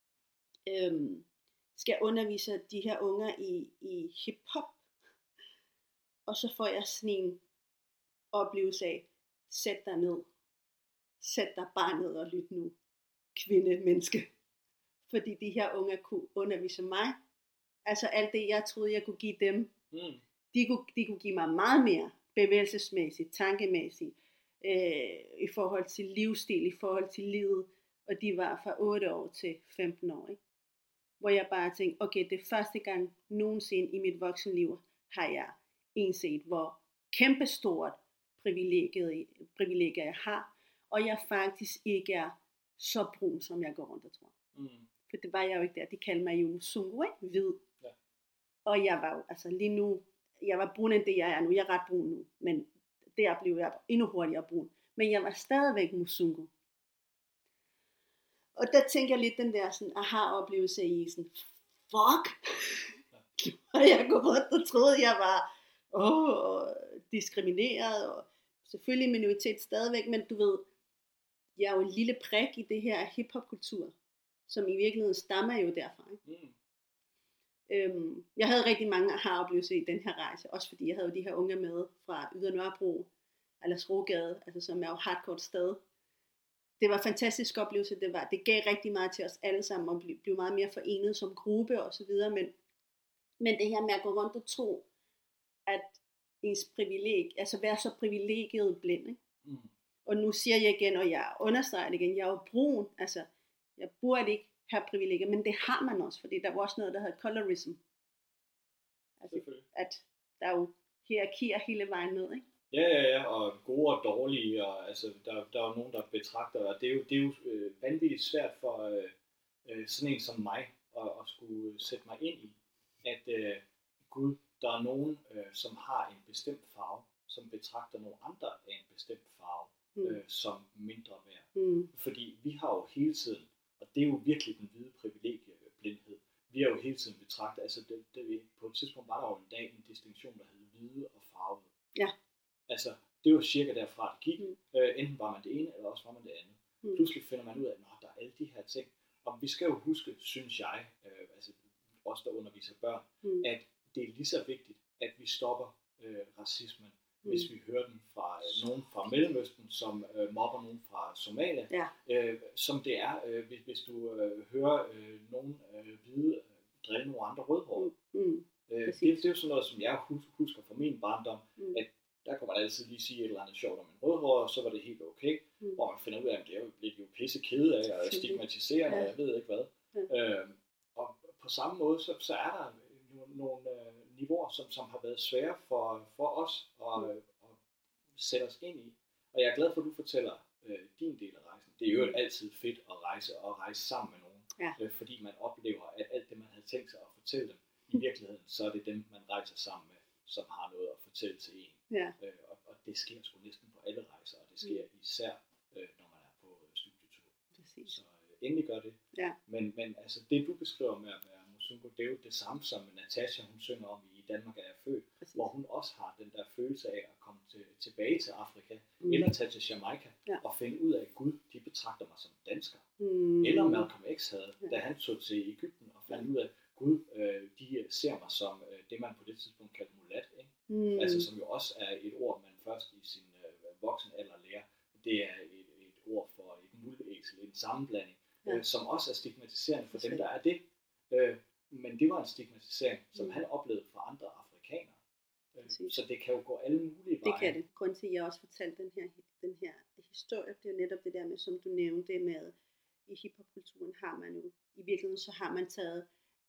skal undervise de her unger i hip-hop, og så får jeg sådan en oplevelse af, sæt dig ned, sæt dig bare ned og lyt nu, kvinde, menneske, fordi de her unger kunne undervise mig, altså alt det jeg troede jeg kunne give dem, de kunne give mig meget mere bevægelsesmæssigt, tankemæssigt, i forhold til livsstil, i forhold til livet, og de var fra 8 år til 15 år, ikke? Hvor jeg bare tænkte, okay, det er første gang nogensinde i mit voksenliv, har jeg indset, hvor kæmpestort privilegier jeg har, og jeg faktisk ikke er så brun, som jeg går rundt og tror. For det var jeg jo ikke der. De kaldte mig jo Muzungu, ikke? Hvid. Ja. Og jeg var jo, altså lige nu, jeg var brun end det jeg er nu. Jeg er ret brun nu, men der blev jeg endnu hurtigere brun. Men jeg var stadigvæk Muzungu. Og der tænker jeg lidt den der sådan aha-oplevelse i sådan, fuck! Og jeg går rundt og troede, jeg var diskrimineret, og selvfølgelig minoritet stadigvæk, men du ved, jeg er jo en lille prik i det her hiphop-kultur, som i virkeligheden stammer jo derfra. Ikke? Jeg havde rigtig mange aha-oplevelser i den her rejse, også fordi jeg havde de her unge med fra Ydre Nørrebro, Aldersrogade, altså som er jo hardcore sted. Det var en fantastisk oplevelse, det gav rigtig meget til os alle sammen, og blev meget mere forenet som gruppe og så videre, men det her med at gå rundt og tro, at ens privilegie, altså være så privilegiet blind, ikke? Og nu siger jeg igen, og jeg understreger det igen, jeg er jo brun, altså jeg burde ikke have privilegier, men det har man også, fordi der var også noget, der hedder colorism. Altså, at der er jo hierarkier hele vejen ned, ikke? Ja, og gode og dårlige, og altså, der er jo nogen, der betragter, og det er jo vanvittigt svært for sådan en som mig, at skulle sætte mig ind i, at Gud, der er nogen, som har en bestemt farve, som betragter nogle andre af en bestemt farve, som mindre værd. Fordi vi har jo hele tiden, og det er jo virkelig den hvide privilegieblindhed, vi har jo hele tiden betragtet, altså på et tidspunkt var der jo en dag en distinktion, der hed hvide og farvede. Ja. Altså, det var cirka derfra det gik. Enten var man det ene, eller også var man det andet. Pludselig finder man ud af, at der er alle de her ting. Og vi skal jo huske, synes jeg, altså os der underviser børn, at det er lige så vigtigt, at vi stopper racismen, hvis vi hører den fra nogen fra Mellemøsten, som mobber nogen fra Somalia, som det er, hvis du hører nogen hvide drille nogle andre rødhårede. Det er jo sådan noget, som jeg husker fra min barndom, at der kunne man altid lige sige et eller andet sjovt om en rødhåret, og så var det helt okay. Hvor man finder ud af, at det er jo pisse kede af, og stigmatiserende, og jeg ved ikke hvad. Og på samme måde, så er der nogle niveauer, som har været svære for os at sætte os ind i. Og jeg er glad for, at du fortæller din del af rejsen. Det er jo altid fedt at rejse sammen med nogen, fordi man oplever, at alt det, man havde tænkt sig at fortælle dem, i virkeligheden, så er det dem, man rejser sammen med, som har noget at fortælle til en. Ja. Og det sker sgu næsten på alle rejser, og det sker især, når man er på studietur. Præcis. Så endelig gør det. Ja. Men altså det, du beskriver med at være Musungu, det er jo det samme som Natasha, hun synger om i Danmark er jeg født, hvor hun også har den der følelse af at komme tilbage til Afrika, eller tage til Jamaica, og finde ud af, at Gud, de betragter mig som dansker. Eller Malcolm X havde, da han tog til Egypten og fandt ud af, Gud, de ser mig som det, man på det tidspunkt kaldte mulat, ikke? Altså som jo også er et ord, man først i sin voksen alder lærer. Det er et ord for et muldæsel, en sammenblanding, som også er stigmatiserende for dem, der er det. Men det var en stigmatisering, som han oplevede fra andre afrikanere. Så det kan jo gå alle mulige veje. Det kan det. Grunden til, at jeg også fortalte den her historie, det er jo netop det der med, som du nævnte med, i hiphopkulturen har man jo, i virkeligheden så har man taget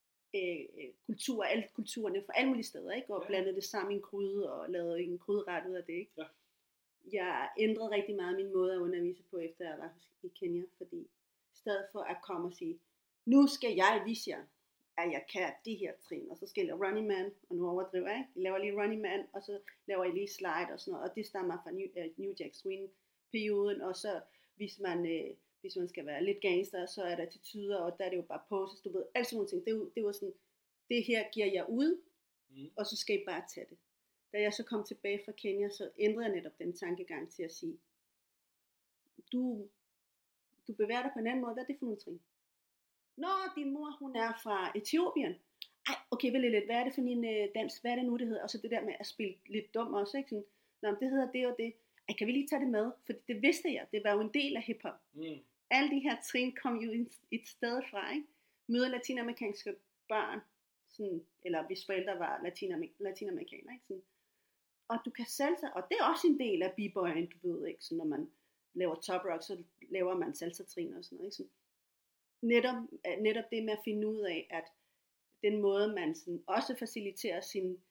alle kulturerne fra alle mulige steder, ikke? Og blandet det sammen i en gryde og lavet en gryderet ud af det, ikke? Ja. Jeg ændrede rigtig meget min måde at undervise på, efter jeg var i Kenya, fordi i stedet for at komme og sige, nu skal jeg vise jer, at jeg kan det her trin, og så skal jeg lave running man, og nu overdriver jeg, ikke? Jeg laver lige running man, og så laver jeg lige slide og sådan noget, og det stammer fra New Jack Swing perioden, og så hvis man skal være lidt gangster, så er der attituder, og der er det jo bare poses, du ved, alt sådan nogle ting. Det var sådan, det her giver jeg ud, og så skal I bare tage det. Da jeg så kom tilbage fra Kenya, så ændrede jeg netop den tankegang til at sige, du bevæger dig på en anden måde, hvad er det for nogle trin? Nå, din mor, hun er fra Etiopien. Ej, okay, vel lidt, hvad er det for en dans, hvad er det nu, det hedder? Og så det der med at spille lidt dum også, ikke? Sådan, nå, det hedder det og det. Ej, kan vi lige tage det med? For det vidste jeg, det var jo en del af hiphop. Alle de her trin kom jo et sted fra, ikke? Møder latinamerikanske børn, sådan, eller hvis forældre var latinamerikanere, ikke? Sådan. Og du kan salsa, og det er også en del af b-boyen, du ved, ikke? Så når man laver top rock, så laver man salsa-trin og sådan noget, ikke? Sådan. Netop det med at finde ud af, at den måde, man sådan også faciliterer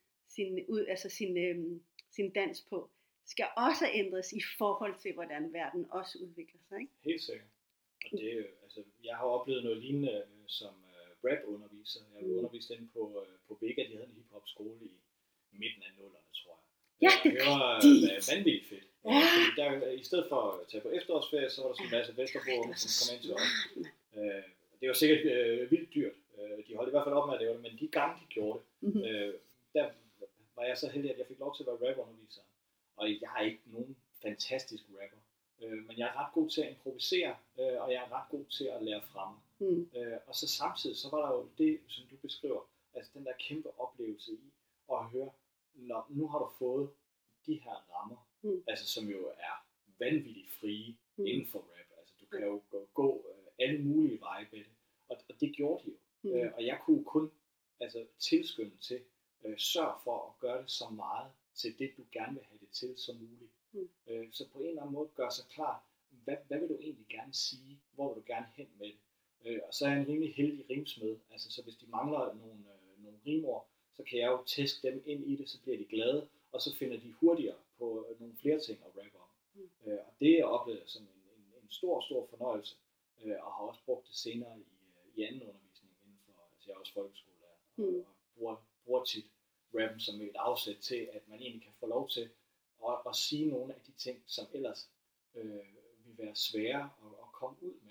sin dans på, skal også ændres i forhold til, hvordan verden også udvikler sig, ikke? Helt sikkert. Og det, altså, jeg har oplevet noget lignende som rap-underviser. Jeg har undervist inde på Vega, de havde en hiphop-skole i midten af 0'erne, tror jeg. Ja, det var vanvittigt fedt. Ja. Fordi der, i stedet for at tage på efterårsferie, så var der sådan en masse Vesterbro, som kom ind til os. Det var sikkert vildt dyrt. De holdt i hvert fald op med at lave det, men de gange de gjorde det, der var jeg så heldig, at jeg fik lov til at være rap-underviser. Og jeg er ikke nogen fantastisk rapper, men jeg er ret god til at improvisere, og jeg er ret god til at lære fra mig. Og så samtidig, så var der jo det, som du beskriver, altså den der kæmpe oplevelse i at høre, når nu har du fået de her rammer, altså som jo er vanvittigt frie inden for rap. Altså du kan jo gå alle mulige veje med det, og det gjorde de jo. Og jeg kunne kun tilskynde til, sørg for at gøre det så meget til det, du gerne vil have det til som muligt. Så på en eller anden måde gør sig klar, hvad vil du egentlig gerne sige, hvor vil du gerne hen med det. Og så er jeg en rimelig heldig rimsmed, altså så hvis de mangler nogle rimord, så kan jeg jo teste dem ind i det, så bliver de glade, og så finder de hurtigere på nogle flere ting at rappe om. Og det jeg oplevede som en stor fornøjelse, og har også brugt det senere i anden undervisning inden for, altså jeg er også folkeskolelærer, og bruger tit rappen som et afsæt til, at man egentlig kan få lov til at sige nogle af de ting, som ellers vil være svære at komme ud med,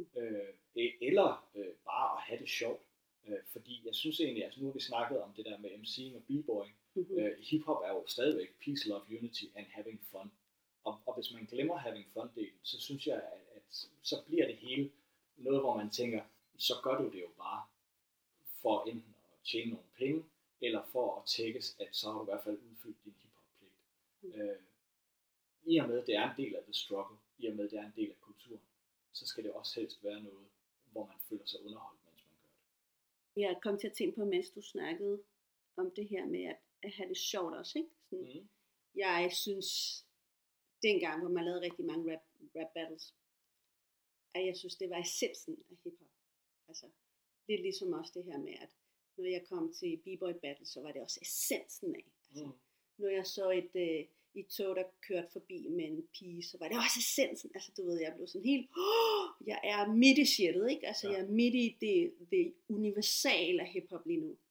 eller bare at have det sjovt. Fordi jeg synes egentlig, altså nu har vi snakket om det der med MC'ing og b-boying. Hip-hop er jo stadigvæk peace, love, unity and having fun. Og hvis man glemmer having fun-delen, så synes jeg, at så bliver det hele noget, hvor man tænker, så gør du det jo bare for enten at tjene nogle penge, eller for at tækkes, at så har du i hvert fald udfyldt din hip-hop-pligt. I og med, det er en del af the struggle, i og med, det er en del af kulturen, så skal det også helst være noget, hvor man føler sig underholdt, mens man gør det. Jeg kom til at tænke på, mens du snakkede om det her med at have det sjovt også, ikke? Sådan, Jeg synes, dengang, hvor man lavede rigtig mange rap battles, at jeg synes, det var essensen af hiphop. Altså, det er ligesom også det her med, at når jeg kom til B-boy battle, så var det også essensen af. Altså, når jeg så et tog, der kørte forbi med en pige, så var det også essensen. Altså, du ved, jeg blev sådan helt, jeg er midt i shitet, ikke? Altså, jeg er midt i det universale af hiphop lige nu.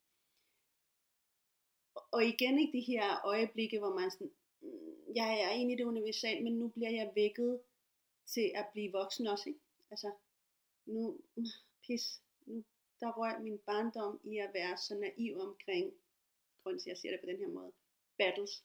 Og igen, ikke de her øjeblikke, hvor man sådan, jeg er inde i det universal, men nu bliver jeg vækket til at blive voksen også, ikke? Altså, nu, der røg min barndom i at være så naiv omkring, grund til at jeg siger det på den her måde, battles.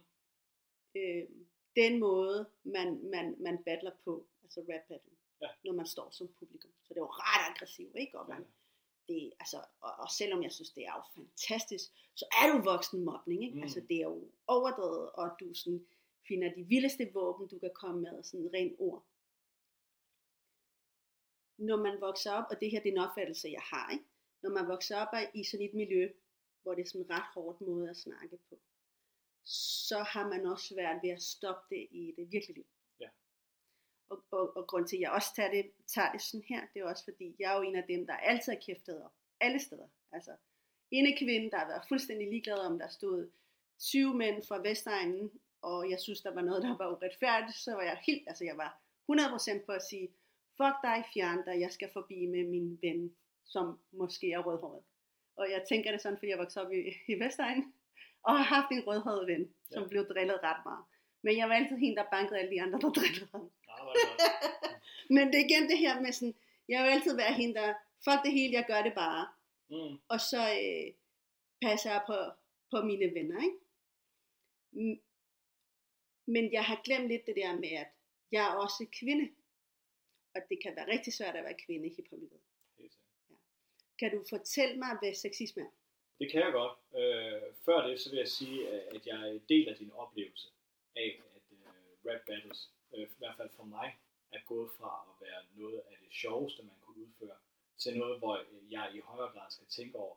Den måde, man battler på, altså rap battle, når man står som publikum. Så det var ret aggressivt, ikke? Og man, det, altså, og selvom jeg synes, det er jo fantastisk, så er du voksenmobning, ikke? Altså, det er jo overdrevet, og du sådan finder de vildeste våben, du kan komme med, sådan ren ord. Når man vokser op, og det her det er en opfattelse, jeg har, ikke? Når man vokser op i sådan et miljø, hvor det er sådan en ret hårdt måde at snakke på, så har man også svært ved at stoppe det i det virkelige liv. Ja. Og grund til, at jeg også tager det sådan her, det er også fordi, jeg er jo en af dem, der altid har kæftet op. Alle steder. Altså, en kvinde, der har været fuldstændig ligeglad om, der stod 20 mænd fra Vestegnen, og jeg synes, der var noget, der var uretfærdigt, så var jeg var 100% på at sige, fuck dig, fjern dig, jeg skal forbi med min ven, som måske er rødhåret. Og jeg tænker det sådan, fordi jeg voksede op i Vestegnen, og har haft en rødhåret ven, som blev drillet ret meget. Men jeg var altid hende, der bankede alle de andre, der drillede ham. Men det er igen det her med sådan, jeg vil altid være hende, der, fuck det hele, jeg gør det bare. Og så passer jeg på mine venner, ikke? Men jeg har glemt lidt det der med, at jeg er også kvinde. Og det kan være rigtig svært at være kvinde i hiphop-miljøet. Ja. Kan du fortælle mig, hvad sexisme er? Det kan jeg godt. Før det, så vil jeg sige, at jeg deler din oplevelse af, at rap battles, i hvert fald for mig, er gået fra at være noget af det sjoveste, man kunne udføre, til noget, hvor jeg i højere grad skal tænke over,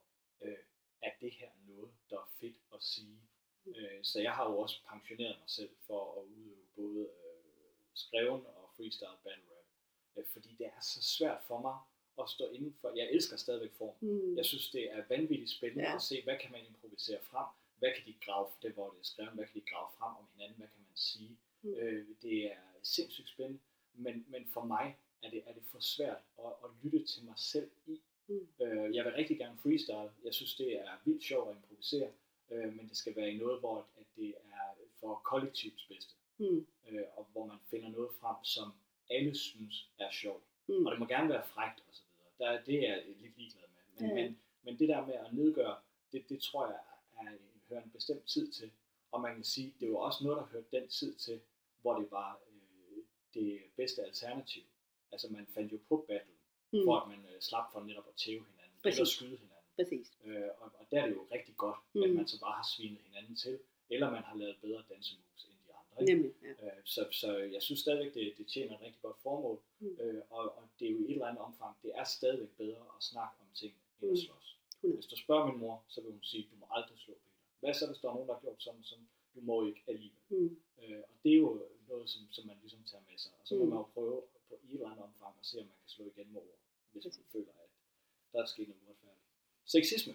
at det her noget, der er fedt at sige. Så jeg har jo også pensioneret mig selv for at udøve både skreven og freestyle battle rap. Fordi det er så svært for mig at stå indenfor. Jeg elsker stadigvæk form. Jeg synes, det er vanvittigt spændende at se, hvad kan man improvisere frem, hvad kan de grave, det hvor det er skrevet, hvad kan de grave frem om hinanden, hvad kan man sige. Det er sindssygt spændende, men for mig er det for svært at lytte til mig selv i. Jeg vil rigtig gerne freestyle. Jeg synes, det er vildt sjovt at improvisere, men det skal være i noget, hvor at det er for kollektivets bedste. Og hvor man finder noget frem, som alle synes er sjovt. Og det må gerne være frækt og så videre. Det er jeg lidt ligeglad med. Men det der med at nedgøre, det tror jeg hører en bestemt tid til. Og man kan sige, det var også noget, der hørte den tid til, hvor det var det bedste alternativ. Altså man fandt jo på battle, for at man slap for netop at tæve hinanden, eller skyde hinanden. Præcis. Og der er det jo rigtig godt, at man så bare har svinet hinanden til, eller man har lavet bedre dansemoves end de andre. Ikke? Nemlig, ja. Så jeg synes stadigvæk, det tjener et rigtig godt formål, og det er jo i et eller andet omfang, det er stadigvæk bedre at snakke om ting, end at slås. Hvis du spørger min mor, så vil hun sige, du må aldrig slå Peter. Hvad så, hvis der er nogen, der har gjort sådan, som du må ikke alligevel? Og det er jo noget, som man ligesom tager med sig, og så må man jo prøve på i et eller andet omfang at se, om man kan slå igen med ord, hvis man føler, at der er sket noget uretfærdigt. Sexisme,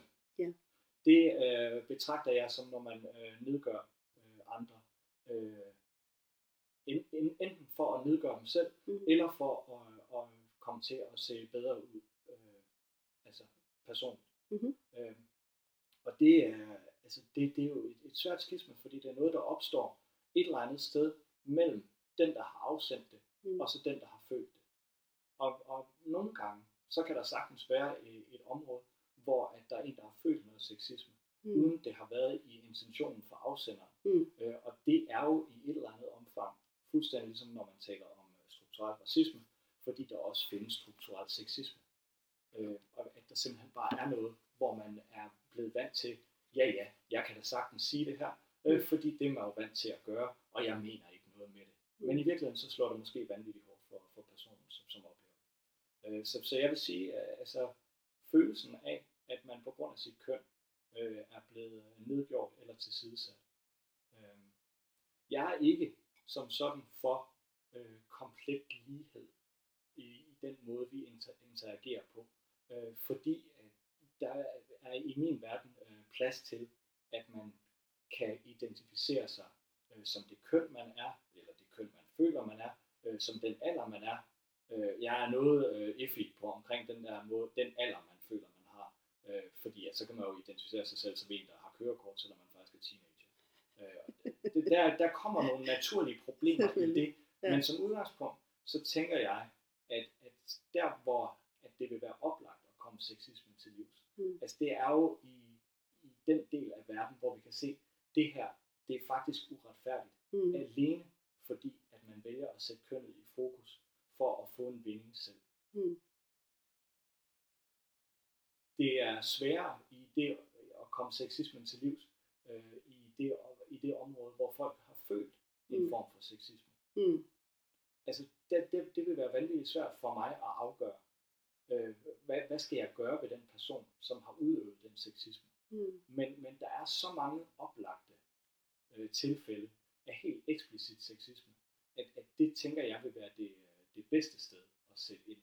det betragter jeg som, når man nedgør andre, enten for at nedgøre dem selv, eller for at komme til at se bedre ud, altså personligt. Og det er jo et svært skisme, fordi det er noget, der opstår et eller andet sted mellem den, der har afsendt det, og så den, der har født det. Og nogle gange, så kan der sagtens være et område, hvor at der er en, der har født noget sexisme, uden det har været i intentionen for afsenderen. Og det er jo i et eller andet omfang fuldstændig ligesom, når man taler om strukturel racisme, fordi der også findes strukturel sexisme. Og at der simpelthen bare er noget, hvor man er blevet vant til, ja, jeg kan da sagtens sige det her, fordi det er man jo vant til at gøre, og jeg mener ikke noget med det. Men i virkeligheden, så slår det måske vanvittigt hårdt for personen, som oplever det. Så jeg vil sige, altså følelsen af, at man på grund af sit køn er blevet nedgjort eller tilsidesat, Jeg er ikke som sådan for komplet lighed i den måde, vi interagerer på. Fordi der er i min verden plads til, at man kan identificere sig som det køn, man er, eller det køn, man føler, man er, som den alder, man er. Jeg er noget effig på omkring den der måde, den alder, man føler, man har. Fordi så kan man jo identificere sig selv som en, der har kørekort, selvom man faktisk er teenager. Der kommer nogle naturlige problemer i det. Ja. Men som udgangspunkt, så tænker jeg, at der hvor at det vil være oplagt at komme sexismen til livs, altså det er jo i den del af verden, hvor vi kan se, det her, det er faktisk uretfærdigt. Alene fordi, at man vælger at sætte kønnet i fokus, for at få en vinding selv. Det er sværere i det at komme sexismen til livs, i det område, hvor folk har følt en form for sexisme. Altså, det vil være vanvittigt svært for mig at afgøre, hvad skal jeg gøre ved den person, som har udøvet den sexisme. Men der er så mange oplagte tilfælde af helt eksplicit sexisme, at det tænker jeg vil være det bedste sted at sætte ind,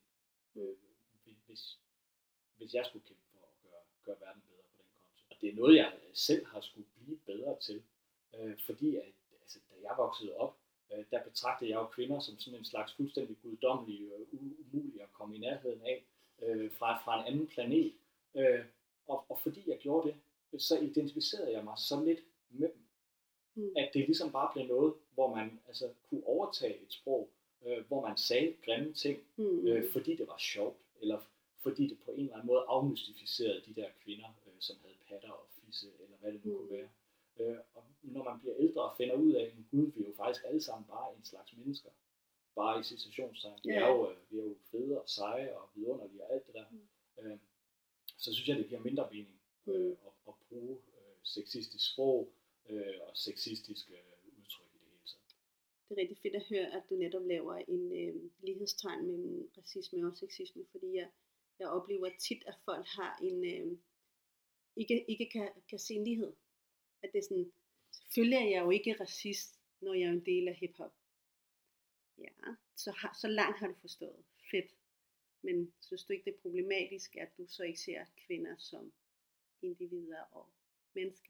hvis jeg skulle kæmpe for at gøre verden bedre på den konto. Og det er noget, jeg selv har skulle blive bedre til, fordi at, altså, da jeg voksede op, der betragtede jeg jo kvinder som sådan en slags fuldstændig guddommelig og umulig at komme i nærheden af fra en anden planet. Og fordi jeg gjorde det, så identificerede jeg mig så lidt med dem. At det ligesom bare blev noget, hvor man altså kunne overtage et sprog, hvor man sagde grimme ting, fordi det var sjovt, eller fordi det på en eller anden måde afmystificerede de der kvinder, som havde patter og fisse, eller hvad det nu kunne være. Og når man bliver ældre og finder ud af, at Gud, vi er jo faktisk alle sammen bare en slags mennesker, bare i citationstegn. Vi er jo fede og seje og vidunderlige og alt det der. Så synes jeg, det giver mindre mening at bruge sexistisk sprog og sexistiske udtryk i det hele taget. Det er rigtig fedt at høre, at du netop laver en lighedstegn mellem racisme og sexisme, fordi jeg oplever tit, at folk har ikke kan se en lighed. At det er sådan, selvfølgelig er jeg jo ikke racist, når jeg er en del af hiphop. Ja, så langt har du forstået. Fedt. Men synes du ikke, det er problematisk, at du så ikke ser kvinder som individer og mennesker?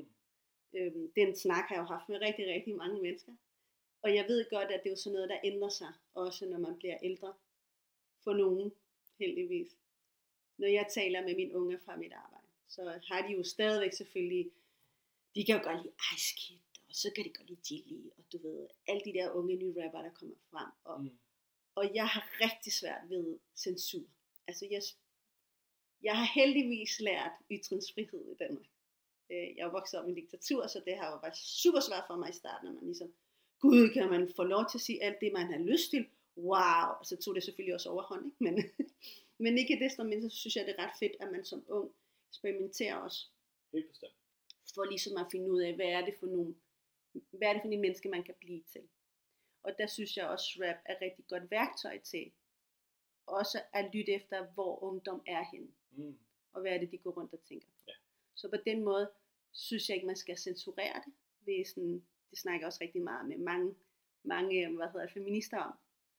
Den snak har jeg jo haft med rigtig, rigtig mange mennesker. Og jeg ved godt, at det er jo sådan noget, der ændrer sig, også når man bliver ældre. For nogen, heldigvis. Når jeg taler med mine unger fra mit arbejde, så har de jo stadigvæk selvfølgelig, de kan jo godt lide Ice Kid, og så kan de godt lide Jilly, og du ved, alle de der unge nye rapper, der kommer frem. Og jeg har rigtig svært ved censur. Altså jeg har heldigvis lært ytringsfrihed i Danmark. Jeg er vokset op i en diktatur, så det har jo været super svært for mig i starten, når man ligesom, gud, kan man få lov til at sige alt det, man har lyst til? Wow! Og så tog det selvfølgelig også overhånd, ikke? Men ikke desto mindre, så synes jeg, det er ret fedt, at man som ung eksperimenterer også. Helt bestemt. For ligesom at finde ud af, hvad er det for nogle mennesker, man kan blive til. Og der synes jeg også, rap er et rigtig godt værktøj til også at lytte efter, hvor ungdom er henne. Og hvad er det, de går rundt og tænker på. Ja. Så på den måde, synes jeg ikke, man skal censurere det. Det snakker jeg også rigtig meget med mange feminister om.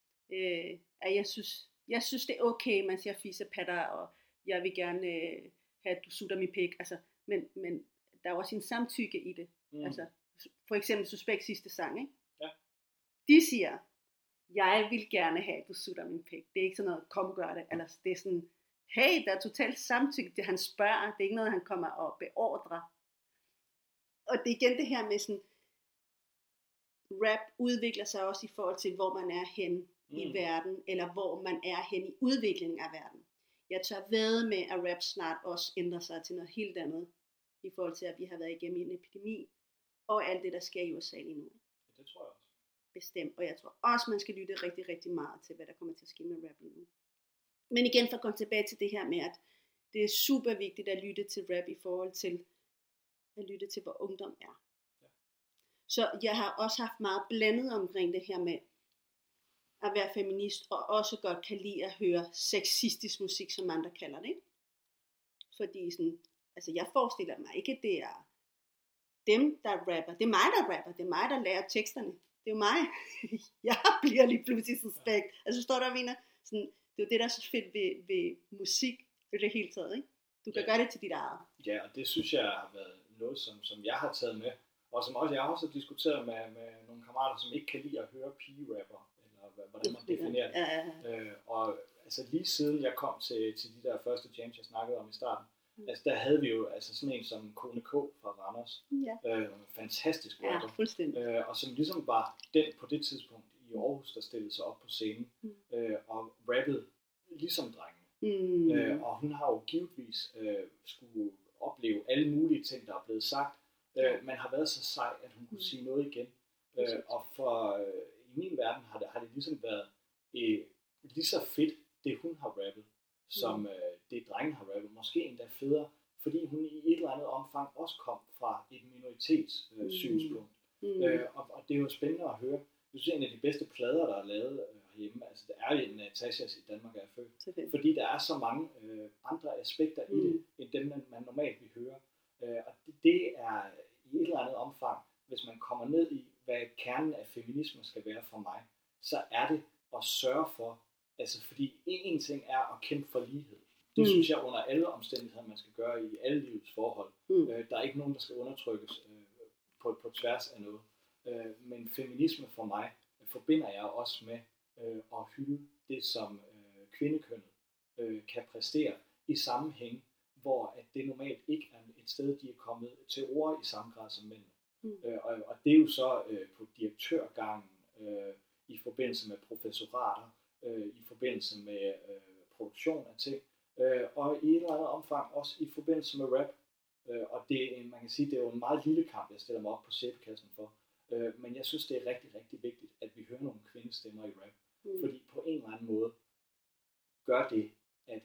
At jeg synes, det er okay, man siger fissepatter, og jeg vil gerne have, at du sutter min pik. Altså, men der er også en samtykke i det. Altså, for eksempel Suspekt sidste sang, ikke? Ja. De siger, jeg vil gerne have, at du sutter min pik. Det er ikke sådan noget, kom gør det. Eller det er sådan, hey, der er totalt samtykke, det han spørger. Det er ikke noget, han kommer og beordrer. Og det er igen det her med sådan, rap udvikler sig også i forhold til, hvor man er henne i verden, eller hvor man er henne i udviklingen af verden. Jeg tør vædde med, at rap snart også ændrer sig til noget helt andet, i forhold til, at vi har været igennem en epidemi, og alt det, der sker i USA lige nu. Ja, det tror jeg også. Bestemt, og jeg tror også, man skal lytte rigtig, rigtig meget til, hvad der kommer til at ske med rap lige nu. Men igen, for at komme tilbage til det her med, at det er super vigtigt at lytte til rap i forhold til at lytte til, hvor ungdom er. Ja. Så jeg har også haft meget blandet omkring det her med at være feminist, og også godt kan lide at høre sexistisk musik, som andre kalder det. Fordi sådan, altså jeg forestiller mig ikke, det er dem, der rapper. Det er mig, der rapper. Det er mig, der lærer teksterne. Det er jo mig. Jeg bliver lige pludselig suspekt. Altså står der og mener, sådan, det er jo det, der er så fedt ved musik i det hele taget. Ikke? Du kan gøre det til dit eget. Ja, og det synes jeg har været noget, som jeg har taget med. Og som også, jeg har også diskuteret med nogle kammerater, som ikke kan lide at høre pige-rapper, eller hvordan man definerer det. Og altså lige siden jeg kom til de der første jams, jeg snakkede om i starten, altså der havde vi jo altså sådan en som Kone K. fra Randers, fantastisk rapper, fuldstændig. Og som ligesom var den på det tidspunkt i Aarhus, der stillede sig op på scenen, og rappede ligesom drengene. Og hun har jo givetvis skulle opleve alle mulige ting, der er blevet sagt. Man har været så sej, at hun kunne sige noget igen. Og for i min verden har det ligesom været lige så fedt, det hun har rappet, som det drengen har rappet. Måske endda federe, fordi hun i et eller andet omfang også kom fra et minoritetssynspunkt. Og det er jo spændende at høre. Jeg synes, en af de bedste plader, der er lavet herhjemme, altså det er jo Natashas i Danmark er født. Fordi der er så mange andre aspekter i det, end dem, man normalt vil høre. Og det er i et eller andet omfang, hvis man kommer ned i, hvad kernen af feminisme skal være for mig, så er det at sørge for, altså fordi en ting er at kæmpe for lighed. Det synes jeg under alle omstændigheder, man skal gøre i alle livets forhold. Der er ikke nogen, der skal undertrykkes på tværs af noget. Men feminisme for mig forbinder jeg også med at hylde det, som kvindekønnet kan præstere i sammenhæng, hvor at det normalt ikke er et sted, de er kommet til ord i samme grad som mændene. Og det er jo så på direktørgangen, i forbindelse med professorater, i forbindelse med produktion af ting, og i et eller andet omfang også i forbindelse med rap. Og det, man kan sige, det er jo en meget lille kamp, jeg stiller mig op på sæbekassen for. Men jeg synes, det er rigtig, rigtig vigtigt, at vi hører nogle kvindestemmer i rap. Fordi på en eller anden måde gør det, at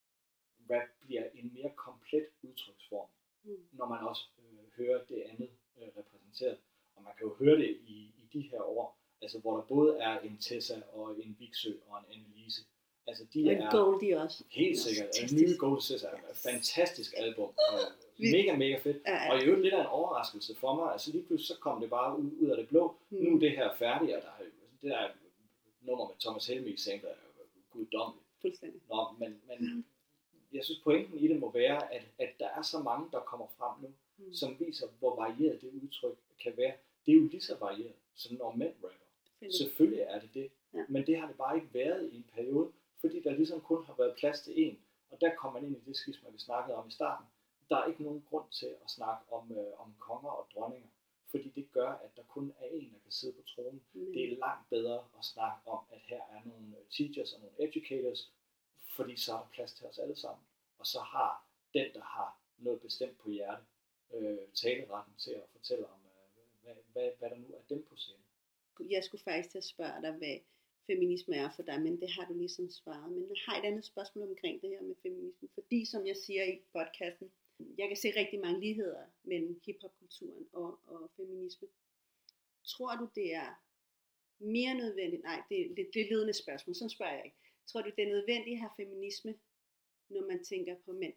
rap bliver en mere komplet udtryksform, når man også hører det andet repræsenteret. Og man kan jo høre det i de her år, altså hvor der både er en Tessa og en Viksø og en Annelise. Altså de er Goldie også. Helt sikkert. En nye Goldie Tessa er et fantastisk album. Mega fedt. Og i øvrigt lidt af en overraskelse for mig. Altså lige pludselig så kom det bare ud af det blå. Nu er det her færdigt, og det der nummer med Thomas Helmig sampler er guddommeligt. Fuldstændig. Men jeg synes pointen i det må være, at der er så mange, der kommer frem nu, som viser, hvor varieret det udtryk kan være. Det er jo lige så varieret, som når mænd rapper. Selvfølgelig er det. Men det har det bare ikke været i en periode, fordi der ligesom kun har været plads til én. Og der kommer man ind i det skisma, vi snakkede om i starten. Der er ikke nogen grund til at snakke om konger og dronninger, fordi det gør, at der kun er en, der kan sidde på tronen. Det er langt bedre at snakke om, at her er nogle teachers og nogle educators, fordi så er der plads til os alle sammen. Og så har den, der har noget bestemt på hjerte, taleretten til at fortælle om, hvad der nu er dem på scenen. Jeg skulle faktisk til at spørge dig, hvad feminisme er for dig, men det har du ligesom svaret. Men jeg har et andet spørgsmål omkring det her med feminisme, fordi som jeg siger i podcasten, jeg kan se rigtig mange ligheder mellem hiphopkulturen og feminisme. Tror du, det er mere nødvendigt? Nej, det er lidt ledende spørgsmål, sådan spørger jeg ikke. Tror du, det er nødvendigt at have feminisme, når man tænker på mænd?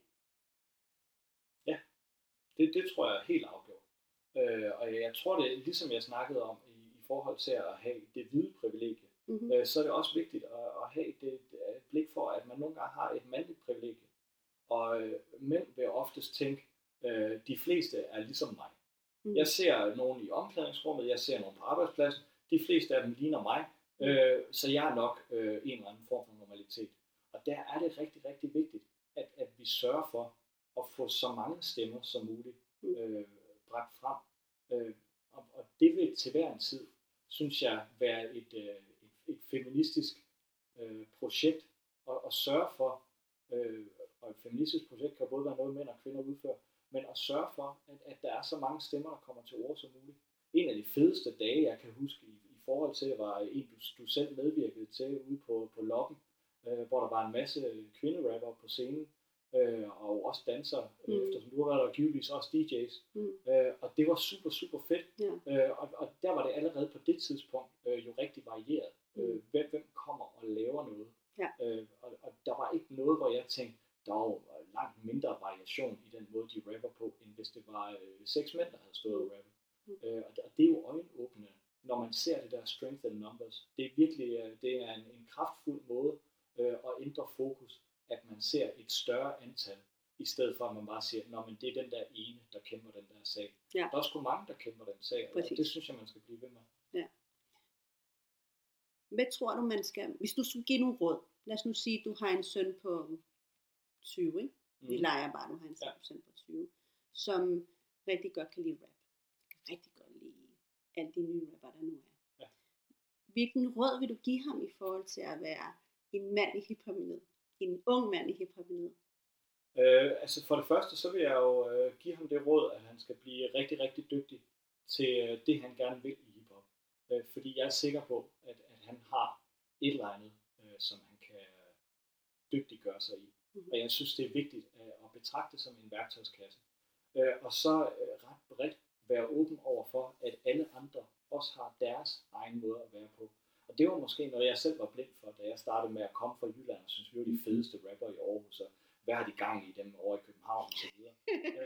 Ja, det tror jeg er helt afgjort. Og jeg tror, det er ligesom jeg snakkede om i forhold til at have det hvide privilegie, så er det også vigtigt at have et blik for, at man nogle gange har et mandligt privilegie. Og mænd vil oftest tænke, de fleste er ligesom mig. Jeg ser nogen i omklædningsrummet, jeg ser nogen på arbejdspladsen, de fleste af dem ligner mig, så jeg er nok en eller anden form for normalitet. Og der er det rigtig, rigtig vigtigt, at vi sørger for at få så mange stemmer som muligt bragt frem. Og det vil til hver en tid, synes jeg, være et feministisk projekt at sørge for, og et feministisk projekt kan både være noget mænd og kvinder udfører, men at sørge for, at der er så mange stemmer, der kommer til ord som muligt. En af de fedeste dage, jeg kan huske i forhold til, var en, du selv medvirkede til ude på Loppen, hvor der var en masse kvinderapper på scenen, og også dansere, eftersom du har været der givetvis også DJ's. Og det var super, super fedt. Og der var det allerede på det tidspunkt jo rigtig varieret. Hvem kommer og laver noget. Og der var ikke noget, hvor jeg tænkte, der var langt mindre variation i den måde, de rapper på, end hvis det var 6 mænd, der havde stået og rappet. strength in numbers. Det er virkelig det er en kraftfuld måde at ændre fokus, at man ser et større antal, i stedet for at man bare siger, men det er den der ene, der kæmper den der sag. Ja. Der er sgu mange, der kæmper den sag, og det synes jeg, man skal blive ved med. Ja. Hvad tror du, man skal, hvis du skulle give nogle råd, lad os nu sige, du har en søn på 20, ikke? Vi leger bare, du har en søn på 20, som rigtig godt kan lide rap. Kan rigtig godt lide alle de nye rapper, der nu er. Ja. Hvilken råd vil du give ham i forhold til at være en mand i hiphop-miljøet? En ung mand i hiphop-miljøet? Altså for det første, så vil jeg jo give ham det råd, at han skal blive rigtig, rigtig dygtig til det, han gerne vil i hiphop. Fordi jeg er sikker på, at han har et eller andet, som han kan dygtiggøre sig i. Og jeg synes, det er vigtigt at betragte det som en værktøjskasse. Og så ret bredt være åben over for, at alle andre også har deres egen måde at være på. Og det var måske noget, jeg selv var blind for, da jeg startede med at komme fra Jylland, og synes, vi var de fedeste rapper i Aarhus, og hvad har de gang i dem over i København og så videre.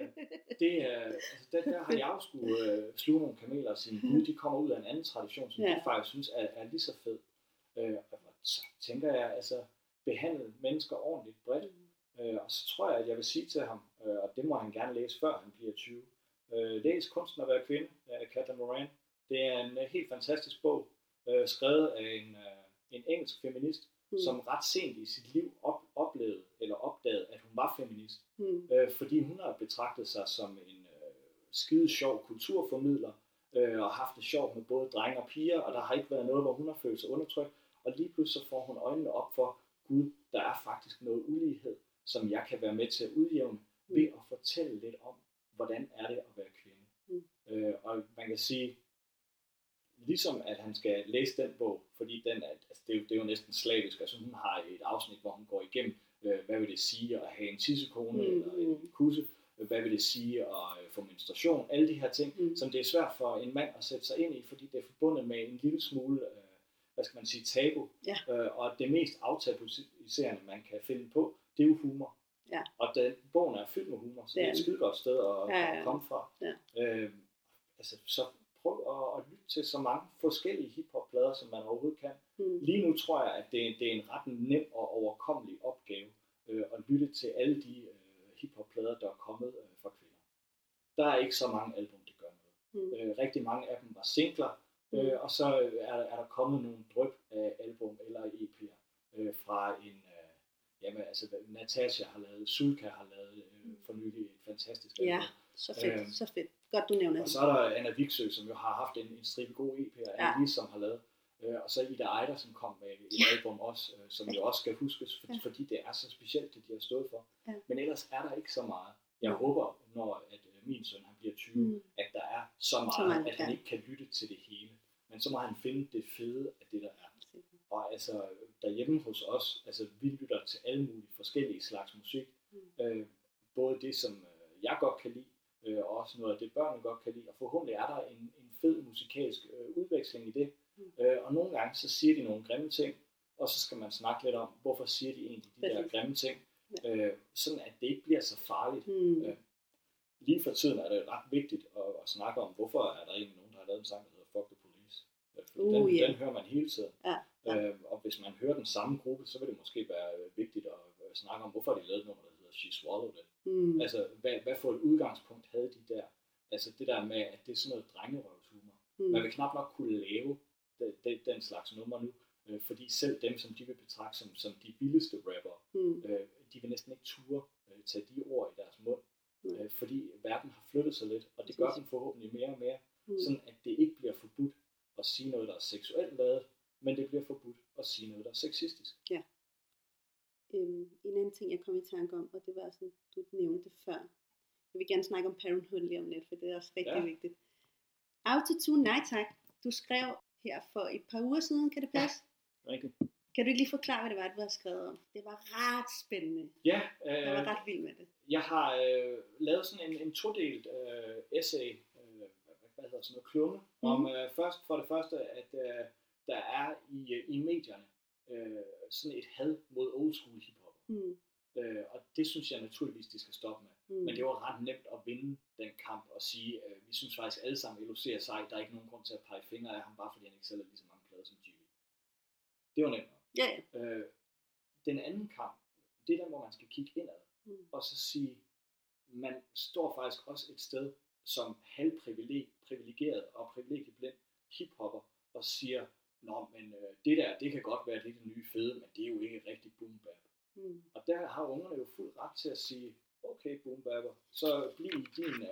Der har jeg jo skulle sluge nogle kameler og sige, gud, de kommer ud af en anden tradition, som jeg faktisk synes er lige så fed. Og så tænker jeg, altså, behandle mennesker ordentligt bredt. Og så tror jeg, at jeg vil sige til ham, og det må han gerne læse, før han bliver 20. Læs Kunsten at være kvinde af Caitlin Moran. Det er en helt fantastisk bog, skrevet af en engelsk feminist, som ret sent i sit liv oplevede eller opdagede, at hun var feminist. Fordi hun har betragtet sig som en skide sjov kulturformidler, og haft det sjovt med både drenge og piger, og der har ikke været noget, hvor hun har følt sig undertrykt. Og lige pludselig får hun øjnene op for, Gud, der er faktisk noget ulighed, som jeg kan være med til at udjævne, ved at fortælle lidt om, hvordan er det at være kvinde. Og man kan sige, ligesom at han skal læse den bog, fordi den det er jo næsten slavisk. Altså hun har et afsnit, hvor hun går igennem, hvad vil det sige at have en tissekone eller en kusse, hvad vil det sige at få menstruation, alle de her ting, som det er svært for en mand at sætte sig ind i, fordi det er forbundet med en lille smule, hvad skal man sige, tabu. Og det mest aftabuiserende, man kan finde på, det er jo humor. Ja. Og bogen er fyldt med humor, så det er et skide godt sted at komme fra. Så prøv at lytte til så mange forskellige hiphop-plader, som man overhovedet kan. Lige nu tror jeg, at det er en ret nem og overkommelig opgave at lytte til alle de hiphop-plader, der er kommet fra kvinder. Der er ikke så mange album, det gør noget. Rigtig mange af dem var singler, og så er der kommet nogle dryp af album eller EP'er fra en... Natasha har lavet, Sulka har lavet for nylig et fantastisk album. Ja, så fedt, så fedt. Godt, du nævner det. Og så er der Anna Viksø, som jo har haft en stribe gode EP'er, Anna som har lavet. Og så Ida Ejder, som kom med et album også, som jo også skal huskes, fordi det er så specielt, det de har stået for. Men ellers er der ikke så meget. Jeg håber, når at min søn han bliver 20, at der er så meget, at han ikke kan lytte til det hele. Men så må han finde det fede af det, der er. Og altså derhjemme hos os, altså vi lytter til alle mulige forskellige slags musik. Både det, som jeg godt kan lide, og også noget af det, børnene godt kan lide. Og forhåbentlig er der en fed musikalsk udveksling i det. Og nogle gange, så siger de nogle grimme ting, og så skal man snakke lidt om, hvorfor siger de egentlig de der grimme ting. Sådan at det ikke bliver så farligt. Lige for tiden er det ret vigtigt at snakke om, hvorfor er der egentlig nogen, der har lavet en sang, der hedder Fuck the Police. Den hører man hele tiden. Og hvis man hører den samme gruppe, så vil det måske være vigtigt at snakke om, hvorfor de lavede noget, der hedder She Swallowed It. Altså, hvad for et udgangspunkt havde de der? Altså det der med, at det er sådan noget drengerøvshumor. Man vil knap nok kunne lave den slags nummer nu, fordi selv dem, som de vil betragte som de vildeste rapper, de vil næsten ikke ture tage de ord i deres mund, fordi verden har flyttet sig lidt, og det gør den forhåbentlig mere og mere, sådan at det ikke bliver forbudt at sige noget, der er seksuelt ladet, men det bliver forbudt at sige noget, der er sexistisk. Ja. En anden ting, jeg kom i tanke om, og det var sådan, du nævnte det før. Jeg vil gerne snakke om parenthood lige om lidt, for det er også rigtig vigtigt. Autotune, nej tak. Du skrev her for et par uger siden, kan det passe? Ja, rigtigt. Kan du ikke lige forklare, hvad det var, du havde skrevet om? Det var ret spændende. Ja. Jeg var ret vild med det. Jeg har lavet sådan en todelt essay, hvad hedder sådan noget, klumme, om først for det første, at der er i medierne sådan et had mod old school hiphop. Og det synes jeg naturligvis, de skal stoppe med. Men det var ret nemt at vinde den kamp og sige, vi synes faktisk alle sammen, LOC er sej, der er ikke nogen grund til at pege fingre af ham, bare fordi han ikke sælger lige så mange plader som Jimmy. Det var nemt. Ja. Den anden kamp, det er der, hvor man skal kigge indad, og så sige, man står faktisk også et sted som halvprivilegeret og privilegieblind hiphopper, og siger, nå, men det der, det kan godt være, det er det nye fede, men det er jo ikke rigtig boom bap. Og der har ungerne jo fuld ret til at sige, okay boom bapper, så bliv i din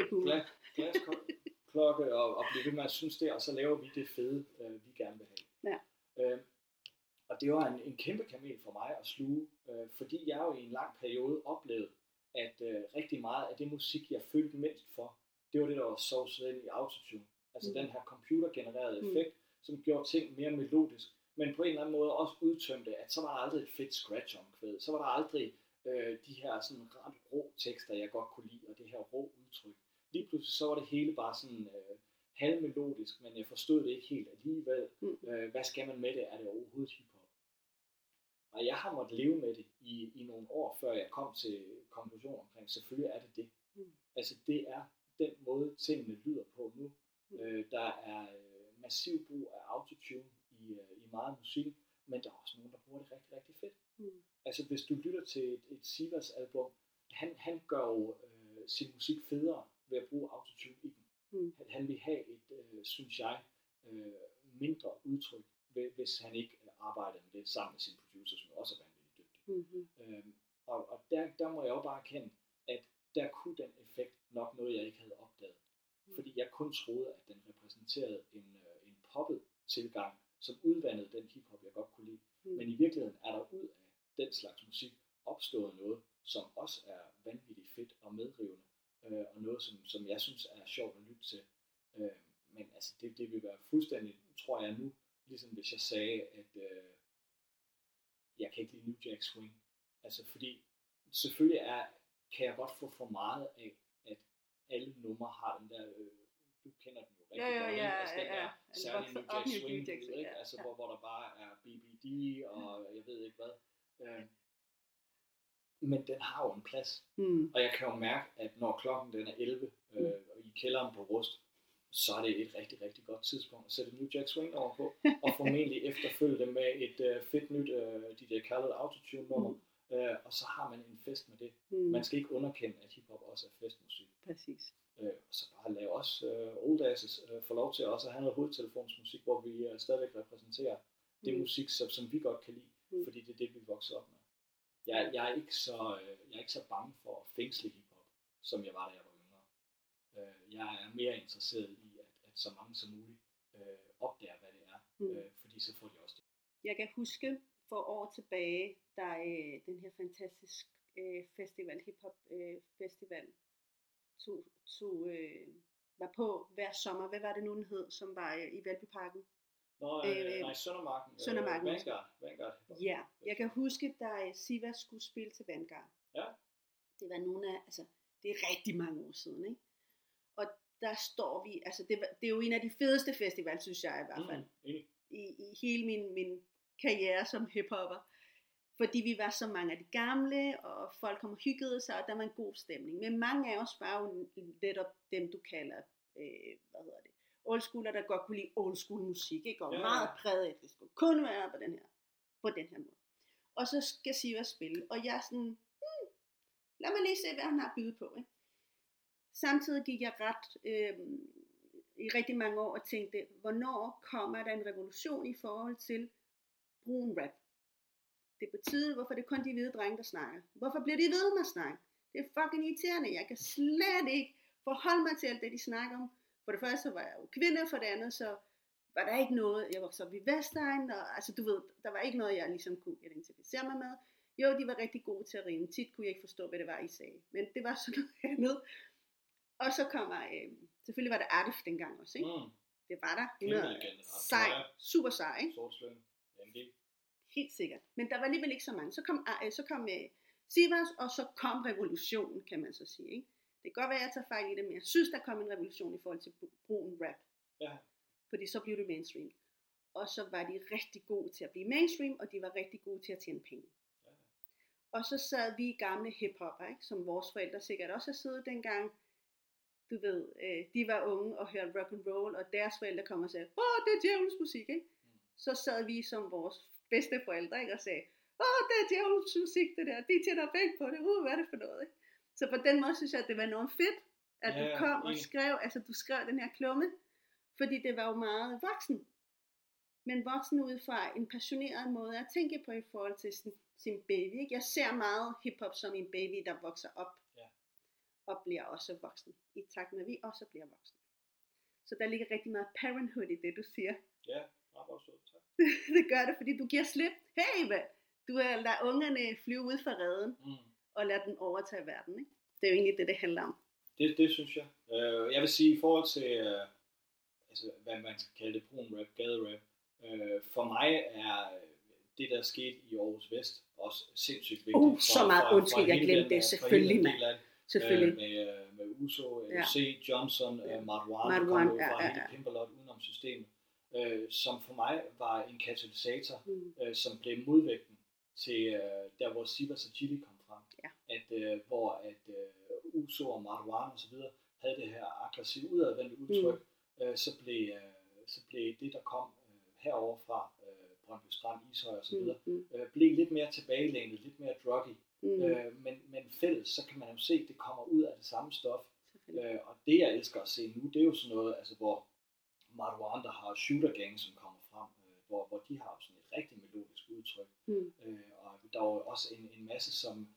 glasklokke og bliv ved med at synes det, og så laver vi det fede, vi gerne vil have. Ja. Og det var en kæmpe kamel for mig at sluge, fordi jeg jo i en lang periode oplevede, at rigtig meget af det musik, jeg følte mindst for, det var det, der var sovset ind i autotune. Altså den her computergenererede effekt, som gjorde ting mere melodisk, men på en eller anden måde også udtømte, at så var der aldrig et fedt scratch-omkvæd. Så var der aldrig de her sådan ret rå tekster, jeg godt kunne lide, og det her rå udtryk. Lige pludselig så var det hele bare sådan halvmelodisk, men jeg forstod det ikke helt alligevel. Hvad skal man med det? Er det overhovedet hiphop? Og jeg har måttet leve med det i nogle år, før jeg kom til konklusion omkring, selvfølgelig er det det. Altså det er den måde, tingene lyder på nu. Der er massiv brug af autotune i meget musik, men der er også nogen, der bruger det rigtig, rigtig fedt. Altså hvis du lytter til et Sivas album, han gør jo sin musik federe ved at bruge autotune i den. Han vil have et, synes jeg, mindre udtryk, hvis han ikke arbejder med det sammen med sin producer, som også er vanvittigt dygtig. Og der må jeg jo bare erkende, at der kunne den effekt nok noget, jeg ikke havde opdaget. Fordi jeg kun troede, at den repræsenterede en poppet tilgang, som udvandede den hiphop, jeg godt kunne lide. Men i virkeligheden er der ud af den slags musik opstået noget, som også er vanvittigt fedt og medrivende, og noget, som jeg synes er sjovt at lytte til. Men altså, det vil være fuldstændig, tror jeg nu, ligesom hvis jeg sagde, at jeg kan ikke lide New Jack Swing. Altså fordi, selvfølgelig kan jeg godt få for meget af, at alle numre har den der, du kender den jo rigtig godt, altså den der særlige New Jack Swing, ikke? Altså hvor der bare er BBD, og jeg ved ikke hvad. Men den har jo en plads, og jeg kan jo mærke, at når klokken den er 11, i kælderen på Rust, så er det et rigtig, rigtig godt tidspunkt at sætte New Jack Swing over på, og formentlig efterfølge det med et fedt nyt DJ Khaled autotune nummer, og så har man en fest med det. Man skal ikke underkende, at hiphop også er festmusik. Præcis. Og så bare lave også Old Asses få lov til også at have noget hovedtelefonsmusik, hvor vi stadigvæk repræsenterer det musik, som vi godt kan lide, fordi det er det, vi voksede op med. Jeg er ikke så bange for at fængsle hiphop, som jeg var, da jeg var yngre. Jeg er mere interesseret i, at så mange som muligt opdager, hvad det er, fordi så får de også det. Jeg kan huske for år tilbage, der den her fantastisk festival, hiphop festival, var på hver sommer. Hvad var det nu, den hed, som var i Valbyparken? Nej, Søndermarken. Vanguard. Ja, jeg kan huske, da Sivas skulle spille til Vanguard. Ja. Det var nogle af, altså, det er rigtig mange år siden, ikke? Og der står vi, altså det er jo en af de fedeste festivaler, synes jeg i hvert fald, i hele min karriere som hiphopper. Fordi vi var så mange af de gamle, og folk kom og hyggede sig, og der var en god stemning. Men mange af os var jo netop dem, du kalder, old schooler, der godt kunne lide old school musik, ikke? Og meget præget af, det skulle kun være på den her måde. Og så skal Sivas spille, og jeg er sådan, lad mig lige se, hvad han har at byde på, ikke? Samtidig gik jeg i rigtig mange år og tænkte, hvornår kommer der en revolution i forhold til brun rap? Det er på tide, hvorfor det er kun de hvide drenge, der snakker. Hvorfor bliver de ved med at snakke? Det er fucking irriterende. Jeg kan slet ikke forholde mig til alt det, de snakker om. For det første så var jeg jo kvinde, for det andet så var der ikke noget, jeg voksede op i Vestegn, og altså du ved, der var ikke noget, jeg ligesom kunne identificere mig med. Jo, de var rigtig gode til at rime. Tit kunne jeg ikke forstå, hvad det var, I sagde. Men det var sådan noget andet. Og så kommer, selvfølgelig var det Arif dengang også, ikke? Det var der. Sej, super sej, ikke? Sortsløn, MG. Helt sikkert. Men der var alligevel ikke så mange. Så kom Sivas, og så kom revolutionen, kan man så sige, ikke? Det kan godt være, at jeg tager fejl i det, men jeg synes, der kom en revolution i forhold til brun rap. Ja. Fordi så blev det mainstream. Og så var de rigtig gode til at blive mainstream, og de var rigtig gode til at tjene penge. Ja. Og så sad vi gamle hiphopper, ikke? Som vores forældre sikkert også har siddet dengang. Du ved, de var unge og hørte rock and roll, og deres forældre kom og sagde, det er djævelens musik, ikke? Så sad vi som vores bedste forældre, ikke? Og sagde, det er djævelens musik, det der, de tjener penge på det, hvad er det for noget, ikke? Så på den måde synes jeg, at det var enormt fedt, at du kom og skrev, altså du skrev den her klumme, fordi det var jo meget voksen, men voksen ud fra en passioneret måde at tænke på i forhold til sin baby, ikke? Jeg ser meget hiphop som en baby, der vokser op, og bliver også voksen, i takt med, at vi også bliver voksne. Så der ligger rigtig meget parenthood i det, du siger. Ja, også tak. Det gør det, fordi du giver slip. Hey, hvad? Du lader ungerne flyve ud fra reden, og lader dem overtage verden, ikke? Det er jo egentlig det handler om. Det synes jeg. Jeg vil sige, i forhold til, hvad man skal kalde det, brun rap, gaderap, for mig er det, der er sket i Aarhus Vest, også sindssygt vigtigt. Så meget undskyld, jeg glemte det, selvfølgelig. Selvfølgelig. Med Uso, LC, Johnson, Marwan, fra hele Pimperlot udenom systemet, som for mig var en katalysator, som blev modvægten til der, hvor Sivas og Chili kom frem. Hvor Uso og Marwan og så videre havde det her aggressive udadvendte udtryk, så blev det, der kom herover fra Brøndby Strand, Ishøj og så videre, blev lidt mere tilbagelænet, lidt mere druggy. Men fælles, så kan man jo se, at det kommer ud af det samme stof. Og det, jeg elsker at se nu, det er jo sådan noget, altså, hvor Marwan, der har Shooter Gang, som kommer frem, hvor de har sådan et rigtig melodisk udtryk. Og der er jo også en masse, som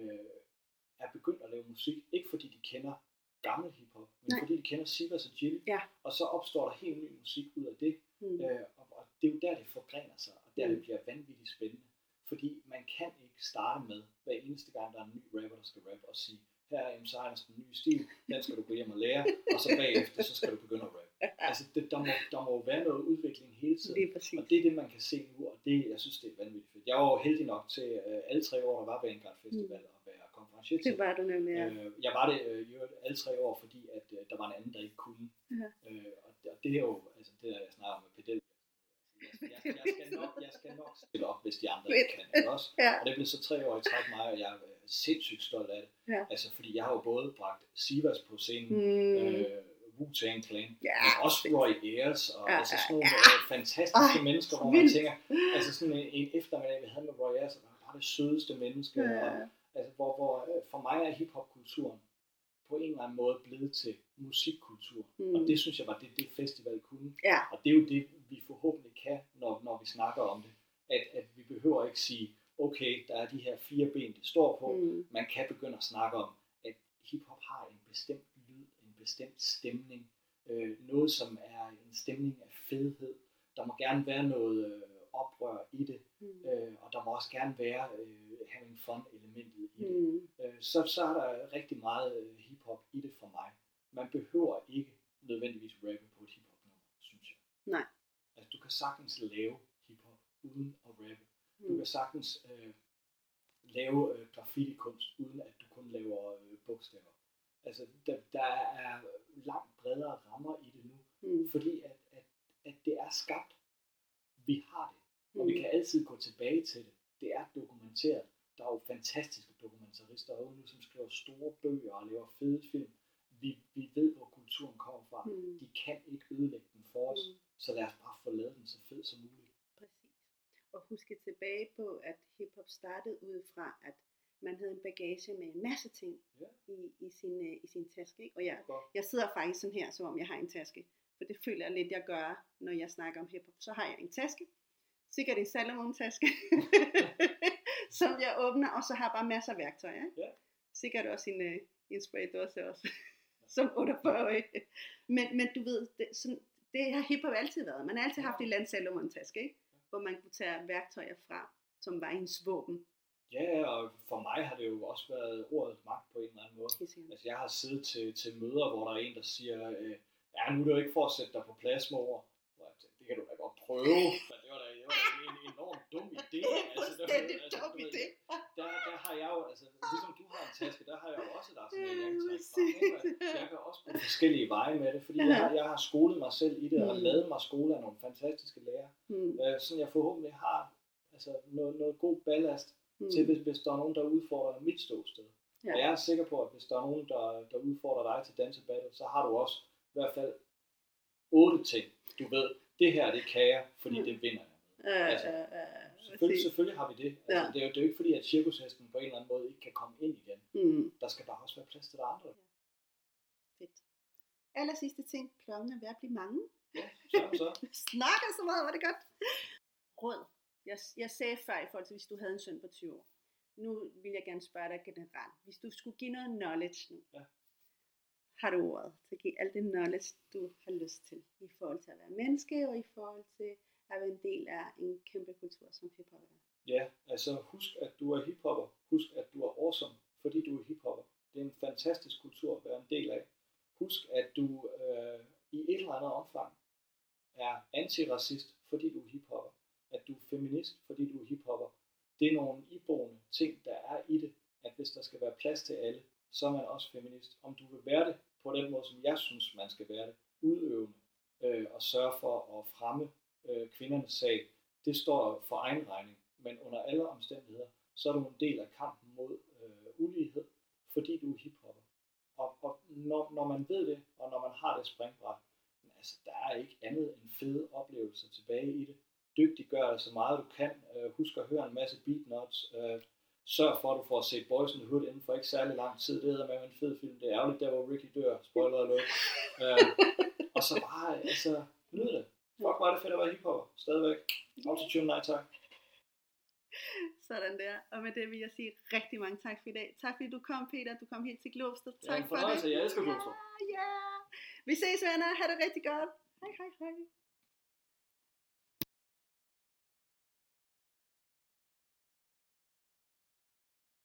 er begyndt at lave musik, ikke fordi de kender gammel hiphop, men fordi de kender Sivas og Jill. Og så opstår der helt ny musik ud af det. Og det er jo der, det forgrener sig, og der det bliver vanvittigt spændende. Fordi man kan ikke starte med, hver eneste gang, der er en ny rapper, der skal rappe, og sige, her er MC Einersen en ny stil, den skal du gå hjem og lære, og så bagefter, så skal du begynde at rappe. Altså, der må være noget udvikling hele tiden, og det er det, man kan se nu, og det, jeg synes, det er vanvittigt fedt. Jeg var jo heldig nok til alle 3 år, der var Vanguard Festival, at være konferencier til. Det var du nemlig, jeg var det alle 3 år, fordi at der var en anden, der ikke kunne. Og det er jo, altså det der, jeg snakker om med pedel. Jeg skal nok stille op, hvis de andre ikke kan. Også? Og det blev så 3 år i træk mig, og jeg er sindssygt stolt af det. Altså, fordi jeg har jo både bragt Sivas på scenen, Wu-Tang Clan, men også Roy Ayers, og altså sådan nogle fantastiske mennesker, hvor man tænker, altså sådan en eftermiddag, vi havde med Roy Ayers, og bare det sødeste menneske, og, altså, hvor for mig er hiphop-kulturen på en eller anden måde blevet til musikkultur. Og det synes jeg var det festival kunne. Og det er jo det, vi forhåbentlig kan, når vi snakker om det. At vi behøver ikke sige, okay, der er de her 4 ben, det står på. Man kan begynde at snakke om, at hiphop har en bestemt lyd, en bestemt stemning. Noget, som er en stemning af fedhed. Der må gerne være noget oprør i det. Og der må også gerne være having fun elementet i det. Så er der rigtig meget hiphop i det for mig. Man behøver ikke nødvendigvis rappe på et hiphop-nummer, synes jeg. Nej. Altså, du kan sagtens lave hiphop uden at rappe. Du kan sagtens lave graffiti-kunst, uden at du kun laver bogstaver. Altså, der er langt bredere rammer i det nu, fordi at det er skabt. Vi har det, og vi kan altid gå tilbage til det. Det er dokumenteret. Der er jo fantastiske dokumentarister herude nu, som skriver store bøger og laver fede film. Vi ved, hvor kulturen kommer fra. De kan ikke ødelægge den for os, så lad os bare få lavet den så fed som muligt. Præcis. Og huske tilbage på, at hiphop startede ud fra, at man havde en bagage med en masse ting i sin taske. Ikke? Og jeg sidder faktisk sådan her, som om jeg har en taske. For det føler jeg lidt, jeg gør, når jeg snakker om hiphop. Så har jeg en taske. Sikkert en Salomon-taske, som jeg åbner, og så har jeg bare masser af værktøjer. Ikke? Sikkert også en spraydåse også, som 48-årig. Men du ved, det har hiphop altid været. Man har altid haft en eller anden Salomon-taske, ikke? Hvor man kunne tage værktøjer fra, som var ens våben. Ja, og for mig har det jo også været ordets magt på en eller anden måde. Altså, jeg har siddet til møder, hvor der er en, der siger, nu er det jo ikke for at sætte dig på plads, mor. Det kan du da godt prøve. Men det var da en enormt dum idé. Der har jeg jo, altså ligesom du har en taske, der har jeg jo også der sådan en jagttræk. Jeg kan også gå forskellige veje med det, fordi jeg har skolet mig selv i det, og lavet mig skole af nogle fantastiske lærere. Sådan jeg forhåbentlig har altså noget god ballast til hvis der er nogen, der udfordrer mit ståsted. Ja. Og jeg er sikker på, at hvis der er nogen, der udfordrer dig til dansebattle, så har du også i hvert fald 8 ting. Du ved, det her, det kan jeg, fordi det vinder jeg med. Selvfølgelig har vi det. Altså, det er jo ikke fordi, at cirkushesten på en eller anden måde ikke kan komme ind igen. Der skal bare også være plads til de andre. Fedt. Aller sidste ting, klokken er ved at blive mange. Ja, så. Snakker så meget, var det godt. Råd. Jeg sagde før i forhold til, hvis du havde en søn på 20 år. Nu vil jeg gerne spørge dig generelt. Hvis du skulle give noget knowledge nu, har du ordet til at give alt det knowledge, du har lyst til, i forhold til at være menneske, og i forhold til at være en del af en kæmpe kultur, som hiphop er. Ja, altså husk, at du er hiphopper. Husk, at du er awesome, fordi du er hiphopper. Det er en fantastisk kultur at være en del af. Husk, at du i et eller andet omfang er antiracist, fordi du er hiphopper. At du er feminist, fordi du er hiphopper. Det er nogle iboende ting, der er i det, at hvis der skal være plads til alle, så er man også feminist. Om du vil være det på den måde, som jeg synes, man skal være det, udøvende, og sørge for at fremme kvindernes sag, det står for egen regning. Men under alle omstændigheder, så er du en del af kampen mod ulighed, fordi du er hiphopper. Og når man ved det, og når man har det springbræt, altså, der er ikke andet end fede oplevelser tilbage i det. Dygtiggør det så meget du kan. Husk at høre en masse beatnuts. Sørg for, at du får set Boys in the Hood inden for ikke særlig lang tid. Det hedder med en fed film. Det er ærgerligt, der hvor Ricky dør. Spoiler alert. Og så bare, altså, nyd det. Fuck, var det fedt at være hiphopper. Stadigvæk. Autotune, nej tak. Sådan der. Og med det vil jeg sige rigtig mange tak for i dag. Tak fordi du kom, Peter. Du kom helt til Glostrup. Tak for det. Jeg elsker Glostrup. Ja. Vi ses, venner. Ha' det rigtig godt. Hej, hej, hej.